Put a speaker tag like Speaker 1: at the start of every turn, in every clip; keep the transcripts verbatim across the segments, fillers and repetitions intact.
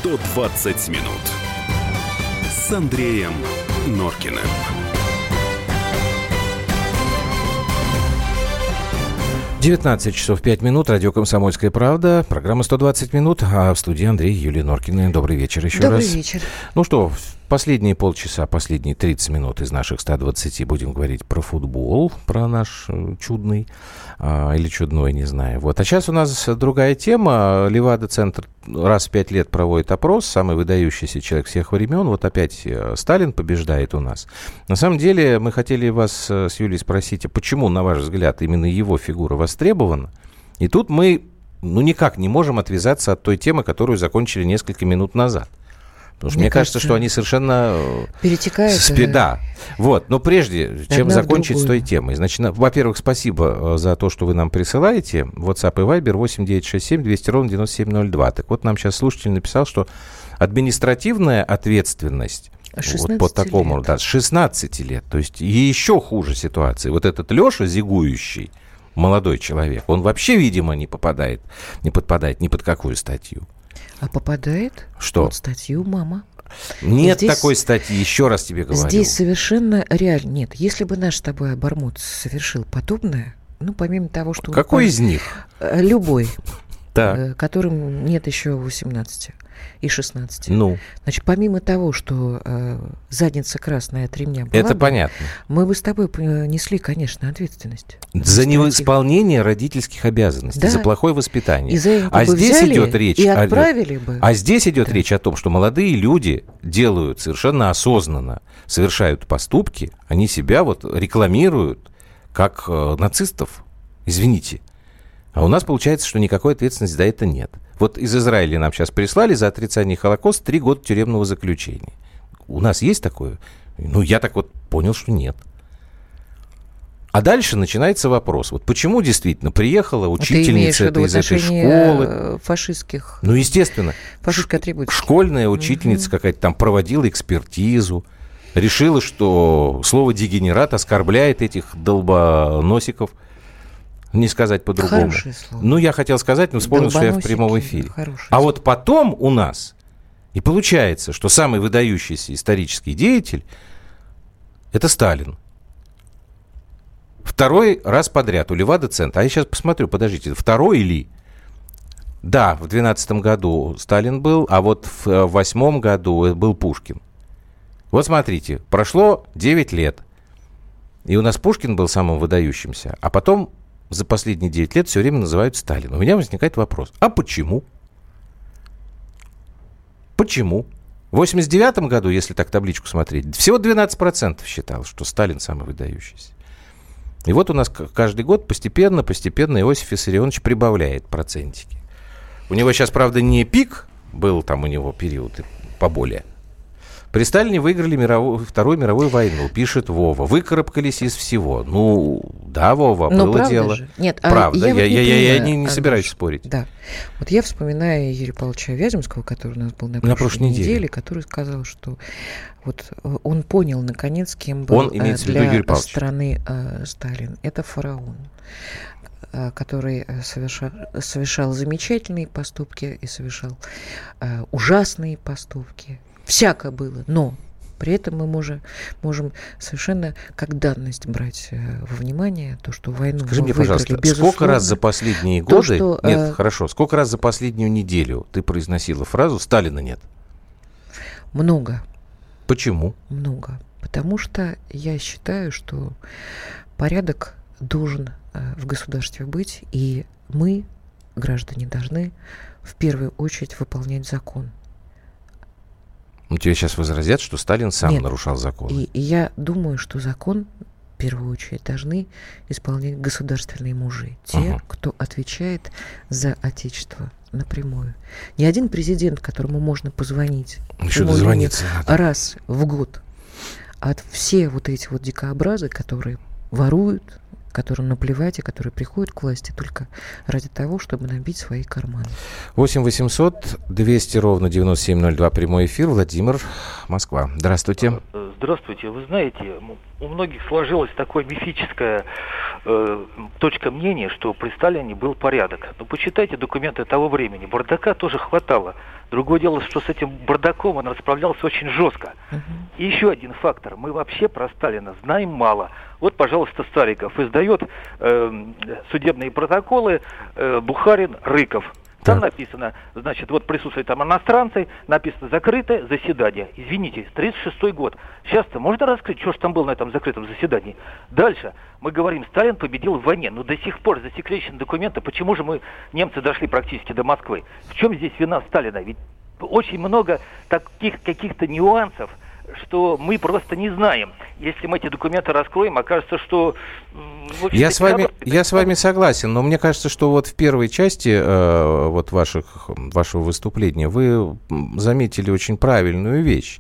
Speaker 1: сто двадцать минут с Андреем Норкиным.
Speaker 2: девятнадцать часов пять минут, радио «Комсомольская правда», программа «сто двадцать минут», а в студии Андрей, Юлия Норкина. Добрый вечер еще
Speaker 3: Добрый
Speaker 2: раз.
Speaker 3: Добрый вечер.
Speaker 2: Ну что, последние полчаса, последние тридцать минут из наших ста двадцати будем говорить про футбол, про наш чудный а, или чудной, не знаю. Вот. А сейчас у нас другая тема. Левада-центр раз в пять лет проводит опрос, самый выдающийся человек всех времен. Вот опять Сталин побеждает у нас. На самом деле мы хотели вас с Юлей спросить, а почему, на ваш взгляд, именно его фигура востребована? И тут мы ну, никак не можем отвязаться от той темы, которую закончили несколько минут назад. Потому что мне, мне кажется, кажется, что они совершенно...
Speaker 3: Перетекают.
Speaker 2: Спи... Да. Вот. Но прежде, чем закончить с той темой, значит, во-первых, спасибо за то, что вы нам присылаете. WhatsApp и Viber восемь девятьсот шестьдесят семь двести ровно девяносто семь ноль два. Так вот, нам сейчас слушатель написал, что административная ответственность вот по такому, лет. Да, с шестнадцати лет. То есть еще хуже ситуация. Вот этот Леша зигующий, молодой человек, он вообще, видимо, не попадает, не подпадает ни под какую статью.
Speaker 3: А попадает
Speaker 2: что?
Speaker 3: Под статью «Мама».
Speaker 2: Нет
Speaker 3: здесь,
Speaker 2: такой статьи, еще раз тебе говорю.
Speaker 3: Здесь совершенно реально. Нет, если бы наш с тобой обормот совершил подобное, ну, помимо того, что...
Speaker 2: Какой
Speaker 3: он,
Speaker 2: из них?
Speaker 3: Любой,
Speaker 2: так.
Speaker 3: которым нет еще восемнадцати и шестнадцати.
Speaker 2: Ну.
Speaker 3: Значит, помимо того, что э, задница красная от ремня была
Speaker 2: это
Speaker 3: бы,
Speaker 2: понятно.
Speaker 3: Мы бы с тобой несли, конечно, ответственность.
Speaker 2: За невыполнение родительских обязанностей, да. За плохое воспитание.
Speaker 3: И за
Speaker 2: а здесь идет речь
Speaker 3: и отправили о, бы.
Speaker 2: А здесь идет
Speaker 3: да.
Speaker 2: речь о том, что молодые люди делают совершенно осознанно, совершают поступки, они себя вот рекламируют как э, нацистов. Извините. А у нас получается, что никакой ответственности за это нет. Вот из Израиля нам сейчас прислали за отрицание Холокоста три года тюремного заключения. У нас есть такое? Ну, я так вот понял, что нет. А дальше начинается вопрос. Вот почему действительно приехала учительница этой, из этой школы?
Speaker 3: Фашистских.
Speaker 2: Ну, естественно.
Speaker 3: Фашистской атрибутики.
Speaker 2: Школьная учительница угу. какая-то там проводила экспертизу, решила, что слово «дегенерат» оскорбляет этих долбоносиков. Не сказать по-другому. Ну, я хотел сказать, но вспомнил, что я в прямом эфире. А вот потом у нас и получается, что самый выдающийся исторический деятель – это Сталин. Второй раз подряд у Левада-центра. А я сейчас посмотрю, подождите, второй ли? Да, в двенадцатом году Сталин был, а вот в восьмом году был Пушкин. Вот смотрите, прошло девять лет. И у нас Пушкин был самым выдающимся, а потом... за последние девять лет все время называют Сталина. У меня возникает вопрос, а почему? Почему? В восемьдесят девятом году, если так табличку смотреть, всего двенадцать процентов считал, что Сталин самый выдающийся. И вот у нас каждый год постепенно, постепенно Иосиф Виссарионович прибавляет процентики. У него сейчас, правда, не пик, был там у него период поболее. При Сталине выиграли мировую, Вторую мировую войну, пишет Вова. Выкарабкались из всего. Ну, да, Вова,
Speaker 3: но
Speaker 2: было дело.
Speaker 3: Же. Нет,
Speaker 2: правда,
Speaker 3: а я,
Speaker 2: я,
Speaker 3: вот не,
Speaker 2: я,
Speaker 3: я,
Speaker 2: я,
Speaker 3: я
Speaker 2: не, не
Speaker 3: а,
Speaker 2: собираюсь спорить.
Speaker 3: Да. Вот я вспоминаю Юрия Павловича Вяземского, который у нас был на прошлой, на прошлой неделе, неделе, который сказал, что вот он понял, наконец, кем был
Speaker 2: он, имеется
Speaker 3: для
Speaker 2: в виду, Юрий
Speaker 3: страны э, Сталин. Это фараон, э, который совершал, совершал замечательные поступки и совершал э, ужасные поступки. Всяко было, но... При этом мы можем, можем совершенно как данность брать э, во внимание то, что войну
Speaker 2: Скажи
Speaker 3: мы
Speaker 2: мне,
Speaker 3: выиграли,
Speaker 2: пожалуйста,
Speaker 3: безусловно.
Speaker 2: Сколько раз за последние
Speaker 3: то,
Speaker 2: годы...
Speaker 3: Что,
Speaker 2: нет,
Speaker 3: э...
Speaker 2: хорошо. Сколько раз за последнюю неделю ты произносила фразу «Сталина нет»?
Speaker 3: Много.
Speaker 2: Почему?
Speaker 3: Много. Потому что я считаю, что порядок должен э, в государстве быть, и мы, граждане, должны в первую очередь выполнять закон.
Speaker 2: Ну, тебе сейчас возразят, что Сталин сам
Speaker 3: Нет.
Speaker 2: нарушал закон.
Speaker 3: И, и я думаю, что закон, в первую очередь, должны исполнять государственные мужи. Те, uh-huh. кто отвечает за Отечество напрямую. Ни один президент, которому можно позвонить
Speaker 2: Еще дозвониться
Speaker 3: раз в год, а все вот эти вот дикообразы, которые воруют, которым наплевать и которые приходят к власти только ради того, чтобы набить свои карманы.
Speaker 2: восемь восемьсот двести ровно девяносто семь ноль два прямой эфир. Владимир, Москва. Здравствуйте.
Speaker 4: Здравствуйте. Вы знаете, у многих сложилась такое мифическое э, точка мнения, что при Сталине был порядок. Но почитайте документы того времени. Бардака тоже хватало. Другое дело, что с этим бардаком он расправлялся очень жестко. Uh-huh. И еще один фактор. Мы вообще про Сталина знаем мало. Вот, пожалуйста, Стариков издает э, судебные протоколы э, Бухарин, Рыков. Там так написано, значит, вот присутствуют там иностранцы, написано «закрытое заседание». Извините, тридцать шестой год. Сейчас-то можно раскрыть, что же там было на этом закрытом заседании? Дальше. Мы говорим, Сталин победил в войне, но до сих пор засекречены документы. Почему же мы, немцы, дошли практически до Москвы? В чем здесь вина Сталина? Ведь очень много таких каких-то нюансов, что мы просто не знаем. Если мы эти документы раскроем, окажется, что...
Speaker 2: Я с, вами, я с вами согласен, но мне кажется, что вот в первой части э, вот ваших, вашего выступления вы заметили очень правильную вещь,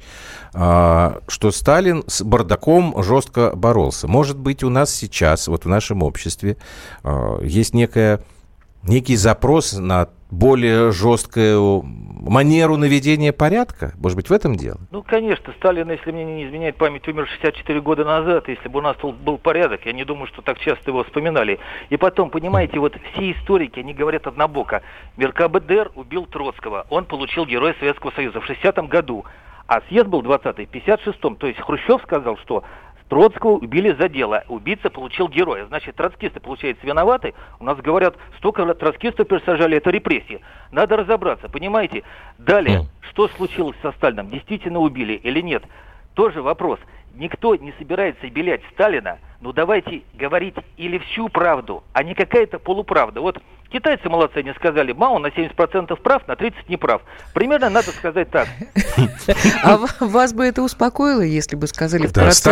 Speaker 2: э, что Сталин с бардаком жестко боролся. Может быть, у нас сейчас, вот в нашем обществе, э, есть некая, некий запрос на более жесткую манеру наведения порядка? Может быть, в этом дело?
Speaker 4: Ну, конечно, Сталин, если мне не изменяет память, умер шестьдесят четыре года назад. Если бы у нас был порядок, я не думаю, что так часто его вспоминали. И потом, понимаете, вот все историки, они говорят однобоко. МерКБДР убил Троцкого. Он получил Героя Советского Союза в шестидесятом году. А съезд был двадцатый, в пятьдесят шестом. То есть Хрущев сказал, что Троцкого убили за дело. Убийца получил героя. Значит, троцкисты, получается, виноваты. У нас говорят, столько троцкистов пересажали, это репрессии. Надо разобраться, понимаете? Далее, mm. что случилось со Сталином? Действительно убили или нет? Тоже вопрос. Никто не собирается белять Сталина, но давайте говорить или всю правду, а не какая-то полуправда. Вот китайцы молодцы, они сказали, Мао на семьдесят процентов прав, на тридцать процентов не прав. Примерно надо сказать так.
Speaker 3: А вас бы это успокоило, если бы сказали в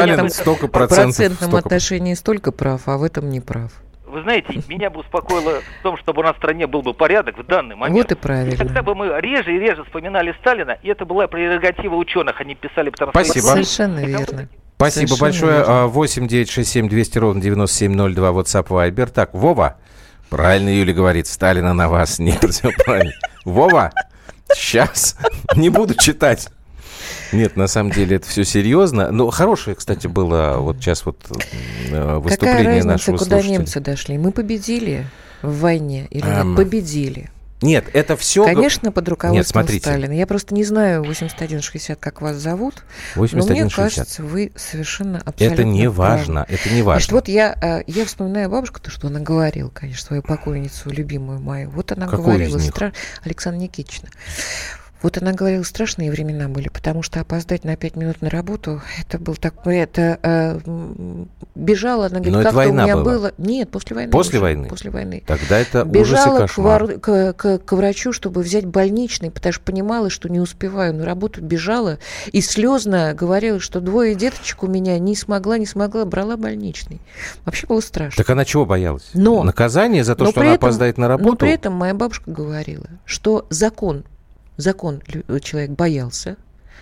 Speaker 3: процентном отношении столько прав, а в этом не прав?
Speaker 4: Вы знаете, меня бы успокоило в том, чтобы у нас в стране был бы порядок в данный момент.
Speaker 3: Вот и правильно.
Speaker 4: И тогда бы мы реже и реже вспоминали Сталина, и это была прерогатива ученых. Они писали бы там...
Speaker 2: Спасибо.
Speaker 3: Совершенно верно.
Speaker 2: Спасибо
Speaker 3: Совершенно
Speaker 2: большое.
Speaker 3: верно.
Speaker 2: восемь девятьсот шестьдесят семь двести ровно девяносто семь ноль два WhatsApp Viber. Так, Вова. Правильно Юля говорит, Сталина на вас нет. Все правильно. Вова, сейчас не буду читать. Нет, на самом деле это все серьезно. Но хорошее, кстати, было вот сейчас вот выступление
Speaker 3: Какая разница,
Speaker 2: нашего
Speaker 3: куда
Speaker 2: слушателя.
Speaker 3: немцы дошли? Мы победили в войне или нет?
Speaker 2: Эм...
Speaker 3: Победили.
Speaker 2: Нет, это все...
Speaker 3: Конечно, под руководством
Speaker 2: Нет,
Speaker 3: Сталина. Я просто не знаю, восемьдесят один шестьдесят, как вас зовут,
Speaker 2: восемьдесят один шестьдесят.
Speaker 3: Но мне кажется, вы совершенно абсолютно
Speaker 2: Это не важно,
Speaker 3: правы.
Speaker 2: это не важно.
Speaker 3: Значит, вот я, я вспоминаю бабушку, то, что она говорила, конечно, свою покойницу, любимую мою. Вот она
Speaker 2: Какую
Speaker 3: говорила...
Speaker 2: из них?
Speaker 3: Стра... Александра Никитична. Вот она говорила, страшные времена были, потому что опоздать на пять минут на работу, это был такой, это э, бежала, она говорит, как-то у меня была. было... Нет, после войны.
Speaker 2: После
Speaker 3: уже,
Speaker 2: войны?
Speaker 3: После войны.
Speaker 2: Тогда это
Speaker 3: бежала
Speaker 2: ужас и кошмар.
Speaker 3: Бежала к, к, к врачу, чтобы взять больничный, потому что понимала, что не успеваю на работу, бежала и слезно говорила, что двое деточек у меня не смогла, не смогла, брала больничный. Вообще было страшно.
Speaker 2: Так она чего боялась?
Speaker 3: Но,
Speaker 2: Наказание за то, что она
Speaker 3: этом,
Speaker 2: опоздает на работу?
Speaker 3: Но при этом моя бабушка говорила, что закон Закон человек боялся.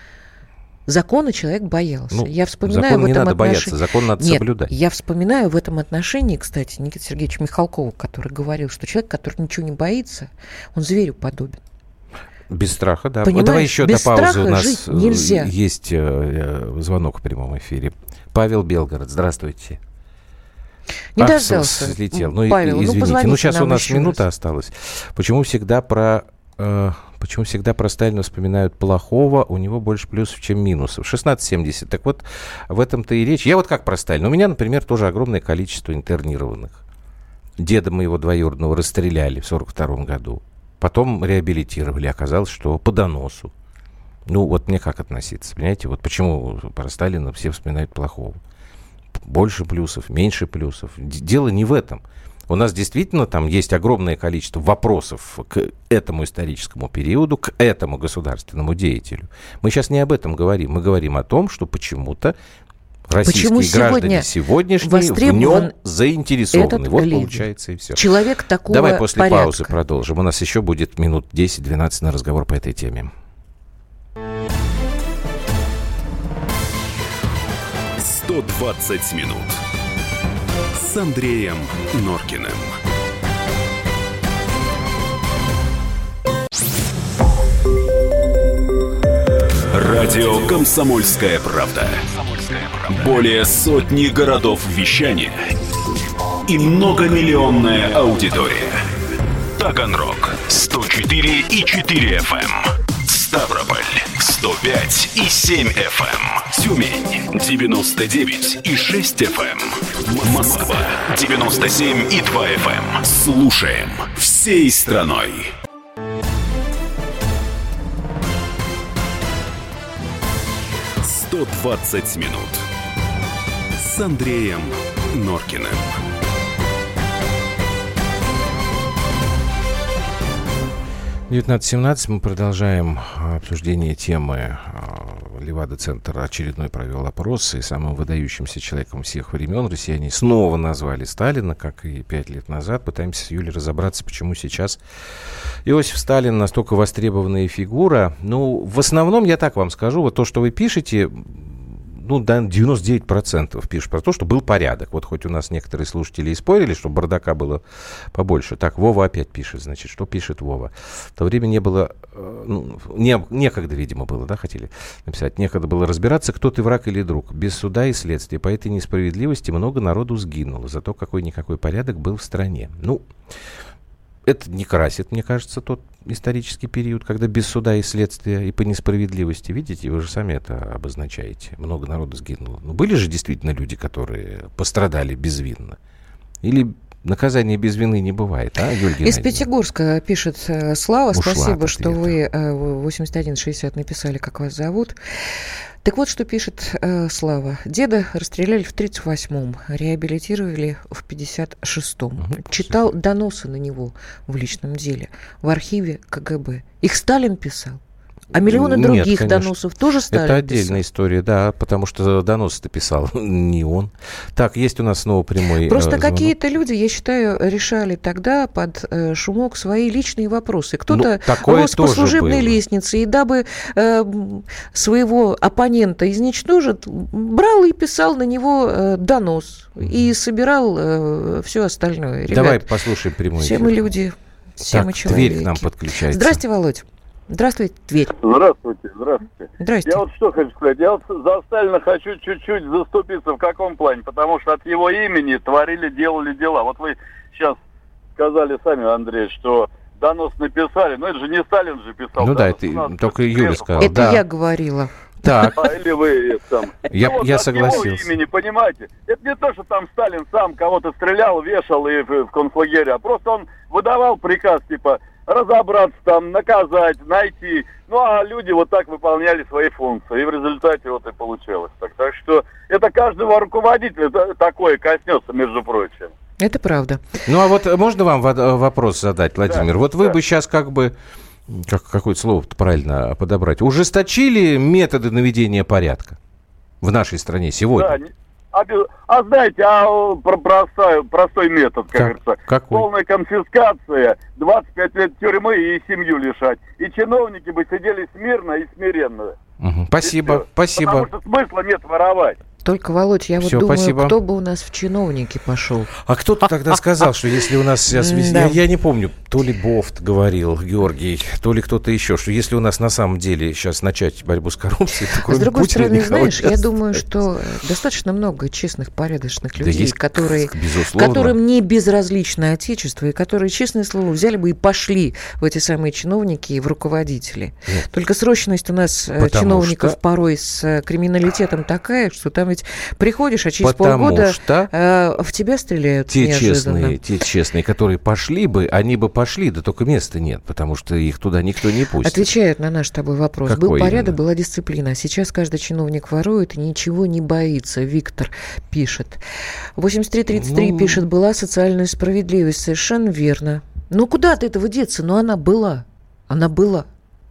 Speaker 3: Закона человек боялся.
Speaker 2: Ну,
Speaker 3: я вспоминаю
Speaker 2: закон
Speaker 3: в
Speaker 2: не
Speaker 3: этом
Speaker 2: надо
Speaker 3: отношении...
Speaker 2: бояться, закон надо
Speaker 3: Нет,
Speaker 2: соблюдать.
Speaker 3: Я вспоминаю в этом отношении, кстати, Никита Сергеевич Михалкова, который говорил, что человек, который ничего не боится, он зверю подобен.
Speaker 2: Без страха, да.
Speaker 3: Понимаешь,
Speaker 2: Давай еще
Speaker 3: без
Speaker 2: до паузы. У нас
Speaker 3: жить нельзя.
Speaker 2: Есть э, звонок в прямом эфире. Павел Белгород, здравствуйте.
Speaker 3: Не
Speaker 2: а,
Speaker 3: дождался.
Speaker 2: Слетел. Ну,
Speaker 3: Павел,
Speaker 2: извините,
Speaker 3: ну,
Speaker 2: ну сейчас у нас минута
Speaker 3: раз.
Speaker 2: осталась. Почему всегда про... Э, Почему всегда про Сталина вспоминают плохого, у него больше плюсов, чем минусов. шестнадцать семьдесят. Так вот, в этом-то и речь. Я вот как про Сталина. У меня, например, тоже огромное количество интернированных. Деда моего двоюродного расстреляли в сорок втором году. Потом реабилитировали. Оказалось, что по доносу. Ну, вот мне как относиться? Понимаете, вот почему про Сталина все вспоминают плохого? Больше плюсов, меньше плюсов. Дело не в этом. У нас действительно там есть огромное количество вопросов к этому историческому периоду, к этому государственному деятелю. Мы сейчас не об этом говорим. Мы говорим о том, что почему-то российские Почему граждане сегодняшние в нем заинтересованы. Вот лидер. Получается и все.
Speaker 3: Человек такого
Speaker 2: Давай после
Speaker 3: порядка.
Speaker 2: Паузы продолжим. У нас еще будет минут десять-двенадцать на разговор по этой теме.
Speaker 1: сто двадцать минут с Андреем Норкиным. Радио «Комсомольская правда». Более сотни городов вещания и многомиллионная аудитория. Таганрог сто четыре и четыре эф эм, Ставрополь сто пять и семь эф эм, Тюмень девяносто девять и шесть эф эм, Москва девяносто семь и два эф эм. Слушаем всей страной. сто двадцать минут с Андреем Норкиным.
Speaker 2: девятнадцать семнадцать мы продолжаем обсуждение темы. Левада-центр очередной провел опрос, и самым выдающимся человеком всех времен россияне снова назвали Сталина, как и пять лет назад. Пытаемся с Юлей разобраться, почему сейчас Иосиф Сталин настолько востребованная фигура. Ну, в основном, я так вам скажу, вот то, что вы пишете, ну, да, девяносто девять процентов пишут про то, что был порядок. Вот хоть у нас некоторые слушатели и спорили, что бардака было побольше. Так, Вова опять пишет, значит, что пишет Вова? В то время не было, ну, не, некогда, видимо, было, да, хотели написать, некогда было разбираться, кто ты, враг или друг. Без суда и следствия. По этой несправедливости много народу сгинуло. Зато какой-никакой порядок был в стране. Ну, это не красит, мне кажется, тот исторический период, когда без суда и следствия и по несправедливости, видите, вы же сами это обозначаете. Много народу сгинуло. Но были же действительно люди, которые пострадали безвинно? Или наказания без вины не бывает, а, Юлия Геннадьевна?
Speaker 3: Из Пятигорска пишет Слава.
Speaker 2: Ушла
Speaker 3: Спасибо,
Speaker 2: от
Speaker 3: что
Speaker 2: ответа.
Speaker 3: вы восемьдесят один шестьдесят написали, как вас зовут. Так вот, что пишет э, Слава. Деда расстреляли в тридцать восьмом, реабилитировали в пятьдесят шестом. Угу, Читал спасибо. Доносы на него в личном деле в архиве ка гэ бэ. Их Сталин писал. А миллионы
Speaker 2: Нет,
Speaker 3: других
Speaker 2: конечно.
Speaker 3: доносов тоже Сталин
Speaker 2: Это отдельная
Speaker 3: писал.
Speaker 2: история, да, потому что доносы-то писал не он. Так, есть у нас снова прямой
Speaker 3: Просто
Speaker 2: э,
Speaker 3: какие-то люди, я считаю, решали тогда под э, шумок свои личные вопросы. Кто-то
Speaker 2: ну,
Speaker 3: рос по служебной
Speaker 2: было.
Speaker 3: лестнице, и дабы э, своего оппонента изничтожить, брал и писал на него э, донос. И собирал э, все остальное. Ребят,
Speaker 2: давай послушаем прямой
Speaker 3: все
Speaker 2: эфир.
Speaker 3: мы люди, все
Speaker 2: так,
Speaker 3: мы человеки.
Speaker 2: Тверь к нам подключается.
Speaker 3: Здрасте, Володь. Здравствуйте, Тверь.
Speaker 5: Здравствуйте, здравствуйте.
Speaker 3: Здрасте.
Speaker 5: Я вот что хочу сказать. Я вот за Сталина хочу чуть-чуть заступиться. В каком плане? Потому что от его имени творили, делали дела. Вот вы сейчас сказали сами, Андрей, что донос написали. Но это же не Сталин же писал.
Speaker 2: Ну
Speaker 5: донос.
Speaker 2: да, это только Юля сказала.
Speaker 3: Это
Speaker 2: да.
Speaker 3: я говорила.
Speaker 2: Так.
Speaker 5: А, или вы там.
Speaker 2: Я,
Speaker 5: ну, вот
Speaker 2: я
Speaker 5: от
Speaker 2: согласился.
Speaker 5: его имени, понимаете? Это не то, что там Сталин сам кого-то стрелял, вешал и в, в концлагере, а просто он выдавал приказ, типа, разобраться там, наказать, найти. Ну, а люди вот так выполняли свои функции. И в результате вот и получилось так. Так что это каждого руководителя такое коснется, между прочим.
Speaker 3: Это правда.
Speaker 2: Ну, а вот можно вам вопрос задать, Владимир?
Speaker 5: Да,
Speaker 2: вот вы
Speaker 5: да.
Speaker 2: бы сейчас как бы, как, какое-то слово правильно подобрать, ужесточили методы наведения порядка в нашей стране сегодня?
Speaker 5: Да, а, а знаете, а про простой, простой метод, как,
Speaker 2: как
Speaker 5: говорится.
Speaker 2: Какой?
Speaker 5: Полная конфискация, двадцать пять лет тюрьмы и семью лишать. И чиновники бы сидели смирно и смиренно.
Speaker 2: Угу. Спасибо, спасибо.
Speaker 5: Потому что смысла нет воровать.
Speaker 3: Только, Володь, я
Speaker 2: Всё,
Speaker 3: вот думаю,
Speaker 2: спасибо.
Speaker 3: кто бы у нас в чиновники пошел.
Speaker 2: А кто-то тогда сказал, что если у нас сейчас везде...
Speaker 3: Да.
Speaker 2: Я, я не помню, то ли Бофт говорил, Георгий, то ли кто-то еще, что если у нас на самом деле сейчас начать борьбу с коррупцией, то
Speaker 3: А
Speaker 2: кроме
Speaker 3: с другой
Speaker 2: Путина
Speaker 3: стороны,
Speaker 2: никого
Speaker 3: знаешь,
Speaker 2: не
Speaker 3: я думаю,
Speaker 2: останется.
Speaker 3: что достаточно много честных, порядочных
Speaker 2: Да
Speaker 3: людей,
Speaker 2: есть,
Speaker 3: которые,
Speaker 2: безусловно.
Speaker 3: которым не безразлично Отечество, и которые, честное слово, взяли бы и пошли в эти самые чиновники и в руководители.
Speaker 2: Нет.
Speaker 3: Только срочность у нас э,
Speaker 2: Потому
Speaker 3: чиновников
Speaker 2: что-
Speaker 3: порой с э, криминалитетом такая, что там ведь приходишь, а через
Speaker 2: Потому
Speaker 3: полгода
Speaker 2: что
Speaker 3: э, в тебя стреляют
Speaker 2: Те
Speaker 3: неожиданно.
Speaker 2: честные, те честные, которые пошли бы, они бы пошли, да только места нет, потому что их туда никто не пустит.
Speaker 3: Отвечают на наш с тобой вопрос.
Speaker 2: Какой
Speaker 3: Был порядок,
Speaker 2: именно?
Speaker 3: была дисциплина. А сейчас каждый чиновник ворует и ничего не боится. Виктор пишет. восемьдесят три тридцать три
Speaker 2: Ну.
Speaker 3: пишет. Была социальная справедливость. Совершенно верно. Ну, куда от этого деться? Ну, она была. Она была.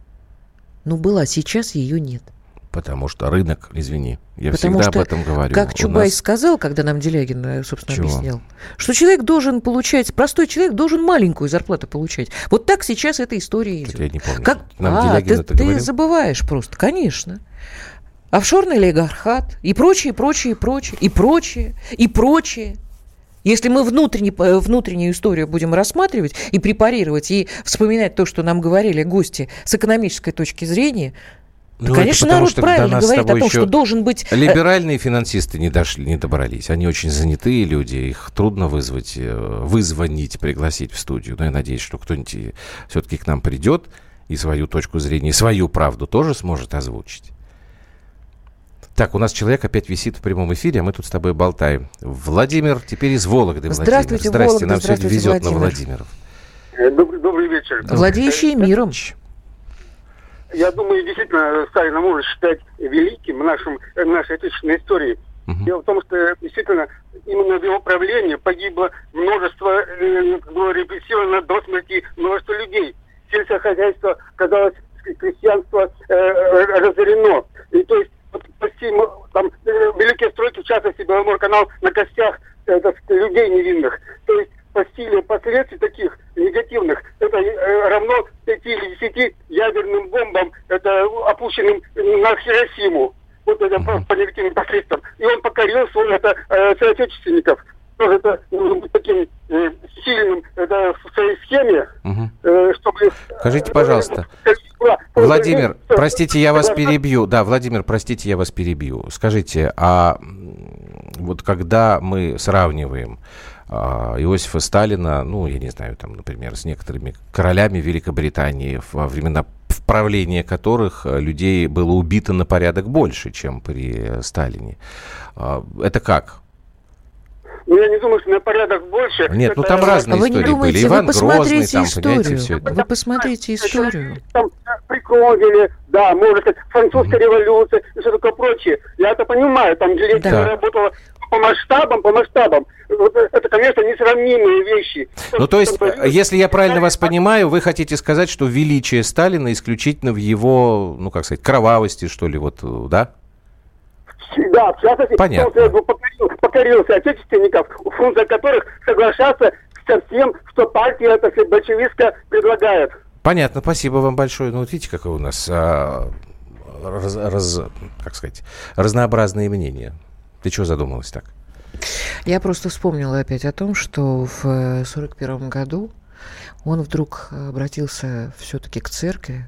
Speaker 3: Ну, была. Сейчас ее нет.
Speaker 2: Потому что рынок, извини, я
Speaker 3: Потому
Speaker 2: всегда
Speaker 3: что,
Speaker 2: об этом говорю.
Speaker 3: как
Speaker 2: У
Speaker 3: Чубайс
Speaker 2: нас-
Speaker 3: сказал, когда нам Делягин, э, собственно,
Speaker 2: Чего?
Speaker 3: объяснял, что человек должен получать, простой человек должен маленькую зарплату получать. Вот так сейчас эта история идет.
Speaker 2: Я не помню.
Speaker 3: Как...
Speaker 2: Нам
Speaker 3: а,
Speaker 2: Делягин
Speaker 3: ты,
Speaker 2: это
Speaker 3: ты
Speaker 2: говорил?
Speaker 3: забываешь просто, конечно. Офшорный олигархат и прочее, прочее, прочее, и прочее, и прочее. Если мы внутренне, внутреннюю историю будем рассматривать и препарировать, и вспоминать то, что нам говорили гости с экономической точки зрения,
Speaker 2: Ну,
Speaker 3: конечно,
Speaker 2: потому,
Speaker 3: народ
Speaker 2: что
Speaker 3: правильно говорит о том,
Speaker 2: что
Speaker 3: должен быть...
Speaker 2: Либеральные финансисты не дошли, не добрались. Они очень занятые люди, их трудно вызвать, вызвонить, пригласить в студию. Но я надеюсь, что кто-нибудь все-таки к нам придет и свою точку зрения, свою правду тоже сможет озвучить. Так, у нас человек опять висит в прямом эфире, а мы тут с тобой болтаем. Владимир, теперь из Вологды. Владимир.
Speaker 3: Здравствуйте,
Speaker 2: Здрасте,
Speaker 3: Вологда,
Speaker 2: нам сегодня
Speaker 3: здравствуйте,
Speaker 2: везет
Speaker 3: Владимир.
Speaker 2: на Владимиров.
Speaker 6: Добрый, добрый вечер.
Speaker 3: Владеющие миром.
Speaker 6: Я думаю, действительно, Сталина можно считать великим в нашем, в нашей отечественной истории.
Speaker 2: Угу.
Speaker 6: Дело в том, что действительно именно в его правлении погибло множество, э, было репрессировано до смерти множество людей. Сельское хозяйство, казалось, крестьянство э, разорено. И то есть вот, почти, там, э, великие стройки, в частности, Беломорканал на костях э, людей невинных. То есть по стилю последствий таких негативных, это э, равно пяти или десяти ядерным бомбам, это опущенным на Хиросиму. Вот это uh-huh. по, по негативным последствиям. И он покорил свой, это, э, соотечественников. Тоже это нужно быть таким э, сильным это, в своей схеме, uh-huh. э, чтобы...
Speaker 2: Скажите, пожалуйста, э, Владимир, э, простите, я вас перебью. Да, Владимир, простите, я вас перебью. Скажите, а вот когда мы сравниваем Иосифа Сталина, ну, я не знаю, там, например, с некоторыми королями Великобритании, во времена правления которых людей было убито на порядок больше, чем при Сталине. Это как?
Speaker 6: Ну, я не думаю, что на порядок больше.
Speaker 2: Нет,
Speaker 6: это...
Speaker 2: ну там разные
Speaker 3: вы
Speaker 2: истории
Speaker 3: не думаете,
Speaker 2: были. Иван
Speaker 3: вы посмотрите
Speaker 2: Грозный, там,
Speaker 3: историю.
Speaker 2: понимаете, все это.
Speaker 3: Вы посмотрите историю.
Speaker 6: Там прикровили, да, может быть, французская mm-hmm. революция и все такое прочее. Я это понимаю, там Жилетина да. работала по масштабам, по масштабам. Вот это, конечно, несравнимые вещи.
Speaker 2: Ну, то есть, если я правильно вас понимаю, вы хотите сказать, что величие Сталина исключительно в его, ну, как сказать, кровавости, что ли, вот, да?
Speaker 6: Да, в частности,
Speaker 2: понятно.
Speaker 6: Он покорил, покорил соотечественников, функция которых соглашаться со всем, что партия, так сказать, большевистская предлагает.
Speaker 2: Понятно, спасибо вам большое. Ну, вот видите, какое у нас, а, раз, раз, как сказать, разнообразные мнения. Ты чего задумалась так?
Speaker 3: Я просто вспомнила опять о том, что в сорок первом году он вдруг обратился все-таки к церкви.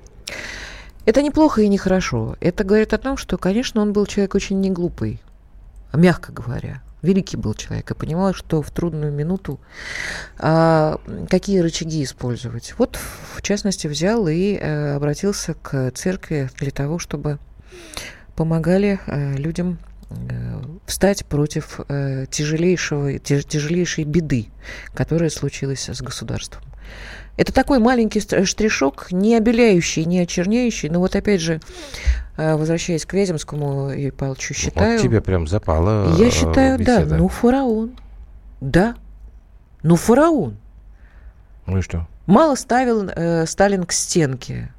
Speaker 3: Это неплохо и нехорошо. Это говорит о том, что, конечно, он был человек очень неглупый, мягко говоря. Великий был человек и понимал, что в трудную минуту а, какие рычаги использовать. Вот, в частности, взял и а, обратился к церкви для того, чтобы помогали а, людям встать против э, тяжелейшего, тяж, тяжелейшей беды, которая случилась с государством. Это такой маленький штришок, не обеляющий, не очерняющий, но вот опять же, э, возвращаясь к Вяземскому и Павловичу, считаю...
Speaker 2: Вот тебе прям запало.
Speaker 3: Я считаю,
Speaker 2: беседа.
Speaker 3: да, ну фараон. Да, ну фараон.
Speaker 2: Ну и что?
Speaker 3: Мало ставил э, Сталин к стенке.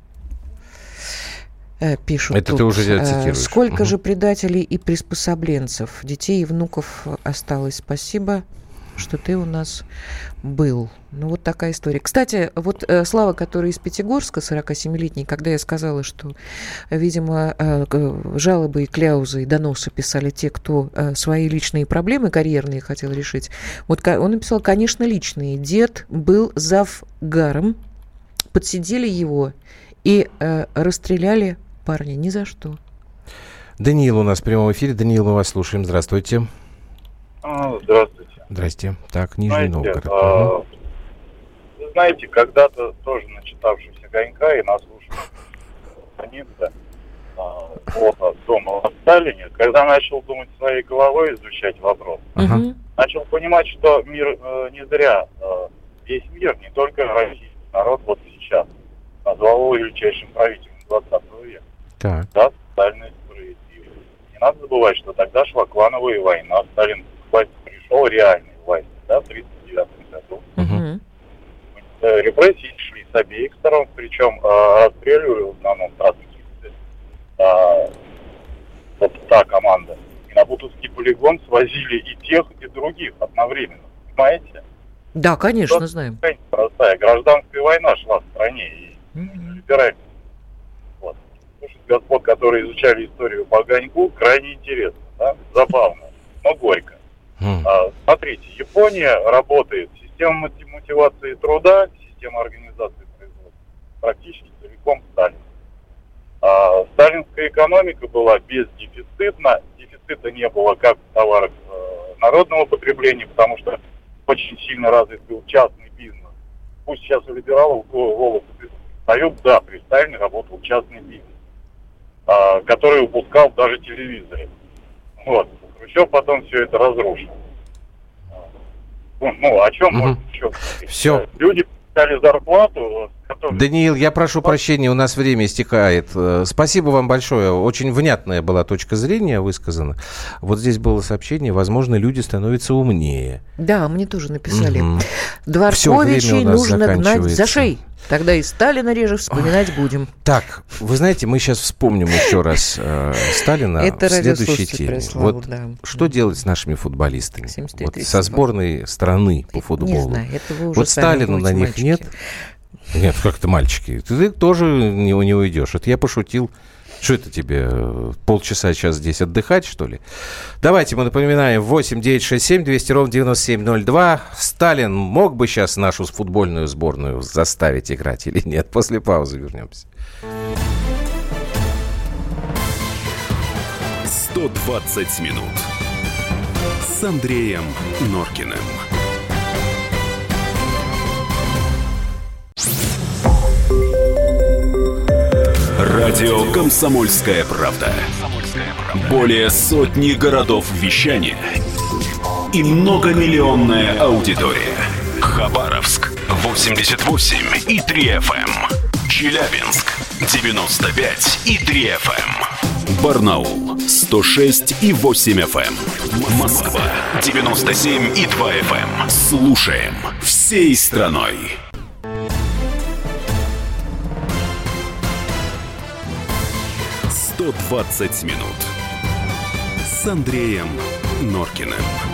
Speaker 3: Пишут
Speaker 2: это
Speaker 3: тут.
Speaker 2: Ты уже цитируешь.
Speaker 3: Сколько
Speaker 2: угу.
Speaker 3: же предателей и приспособленцев, детей и внуков осталось. Спасибо, что ты у нас был. Ну, вот такая история. Кстати, вот э, Слава, который из Пятигорска, сорокасемилетний, когда я сказала, что, видимо, э, жалобы и кляузы и доносы писали те, кто э, свои личные проблемы карьерные хотел решить, вот он написал, конечно, личные. Дед был завгаром, подсидели его и э, расстреляли парня ни за что.
Speaker 2: Даниил у нас в прямом эфире. Даниил, мы вас слушаем. Здравствуйте.
Speaker 7: А, здравствуйте.
Speaker 2: Здрасте. Так, Нижний
Speaker 7: знаете,
Speaker 2: Новгород.
Speaker 7: А,
Speaker 2: угу.
Speaker 7: Знаете, когда-то тоже начитавшийся Гонька и наслушавшись страницы а, о дома о Сталине, когда начал думать своей головой, изучать вопрос,
Speaker 2: uh-huh.
Speaker 7: начал понимать, что мир э, не зря, э, весь мир, не только российский народ, вот сейчас, назвал его величайшим правителем двадцатого века.
Speaker 2: Так.
Speaker 7: Да, социальная справедливость. Не надо забывать, что тогда шла клановая война. Сталин к власти пришел реальной власти, да, в тридцать девятом году.
Speaker 2: Uh-huh.
Speaker 7: Репрессии шли с обеих сторон, причем э, расстреливали в основном троцкисты. Э, вот та команда. И на Бутовский полигон свозили и тех, и других одновременно. Понимаете?
Speaker 3: Да, конечно,
Speaker 7: это
Speaker 3: знаем.
Speaker 7: Простая. Гражданская война шла в стране. И
Speaker 3: mm-hmm.
Speaker 7: либеральность. Вот. Слушать господ, которые изучали историю по Гоньку, крайне интересно, да? Забавно, но горько.
Speaker 2: Mm.
Speaker 7: А, смотрите, Япония работает, система мотивации труда, система организации производства практически целиком Сталин. А, Сталин сталинская экономика была бездефицитна, дефицита не было как в товарах э, народного потребления, потому что очень сильно развит был частный бизнес. Пусть сейчас у либералов голову встают, да, при Сталине работал частный бизнес, э, который выпускал даже телевизоры. Вот. Хрущев потом все это разрушил. Ну, о чем
Speaker 2: угу.
Speaker 7: можно еще говорить?
Speaker 2: Все.
Speaker 7: Люди получали зарплату, которые...
Speaker 2: Даниил, я прошу прощения, у нас время истекает. Спасибо вам большое. Очень внятная была точка зрения высказана. Вот здесь было сообщение, возможно, люди становятся умнее.
Speaker 3: Да, мне тоже написали.
Speaker 2: Угу.
Speaker 3: Дворковичей нужно гнать за шеи. Тогда и Сталина реже вспоминать будем.
Speaker 2: Так, вы знаете, мы сейчас вспомним еще раз э, Сталина
Speaker 3: Это
Speaker 2: в следующей теме.
Speaker 3: Прислал,
Speaker 2: вот
Speaker 3: да.
Speaker 2: Что делать с нашими футболистами? Вот со сборной страны по футболу.
Speaker 3: Не знаю, это вы уже
Speaker 2: вот Сталина на них
Speaker 3: мальчики.
Speaker 2: Нет. Нет, как-то мальчики. Ты тоже не, не уйдешь. Это я пошутил. Что это тебе, полчаса сейчас здесь отдыхать, что ли? Давайте мы напоминаем, восемь девятьсот шестьдесят семь двести ровно девяносто семь ноль два. Сталин мог бы сейчас нашу футбольную сборную заставить играть или нет? После паузы вернемся.
Speaker 1: сто двадцать минут с Андреем Норкиным. Радио «Комсомольская правда». Более сотни городов вещания и многомиллионная аудитория. Хабаровск восемьдесят восемь и три эф эм. Челябинск девяносто пять и три эф эм. Барнаул сто шесть и восемь эф эм. Москва девяносто семь и два эф эм. Слушаем всей страной. сто двадцать минут с Андреем Норкиным.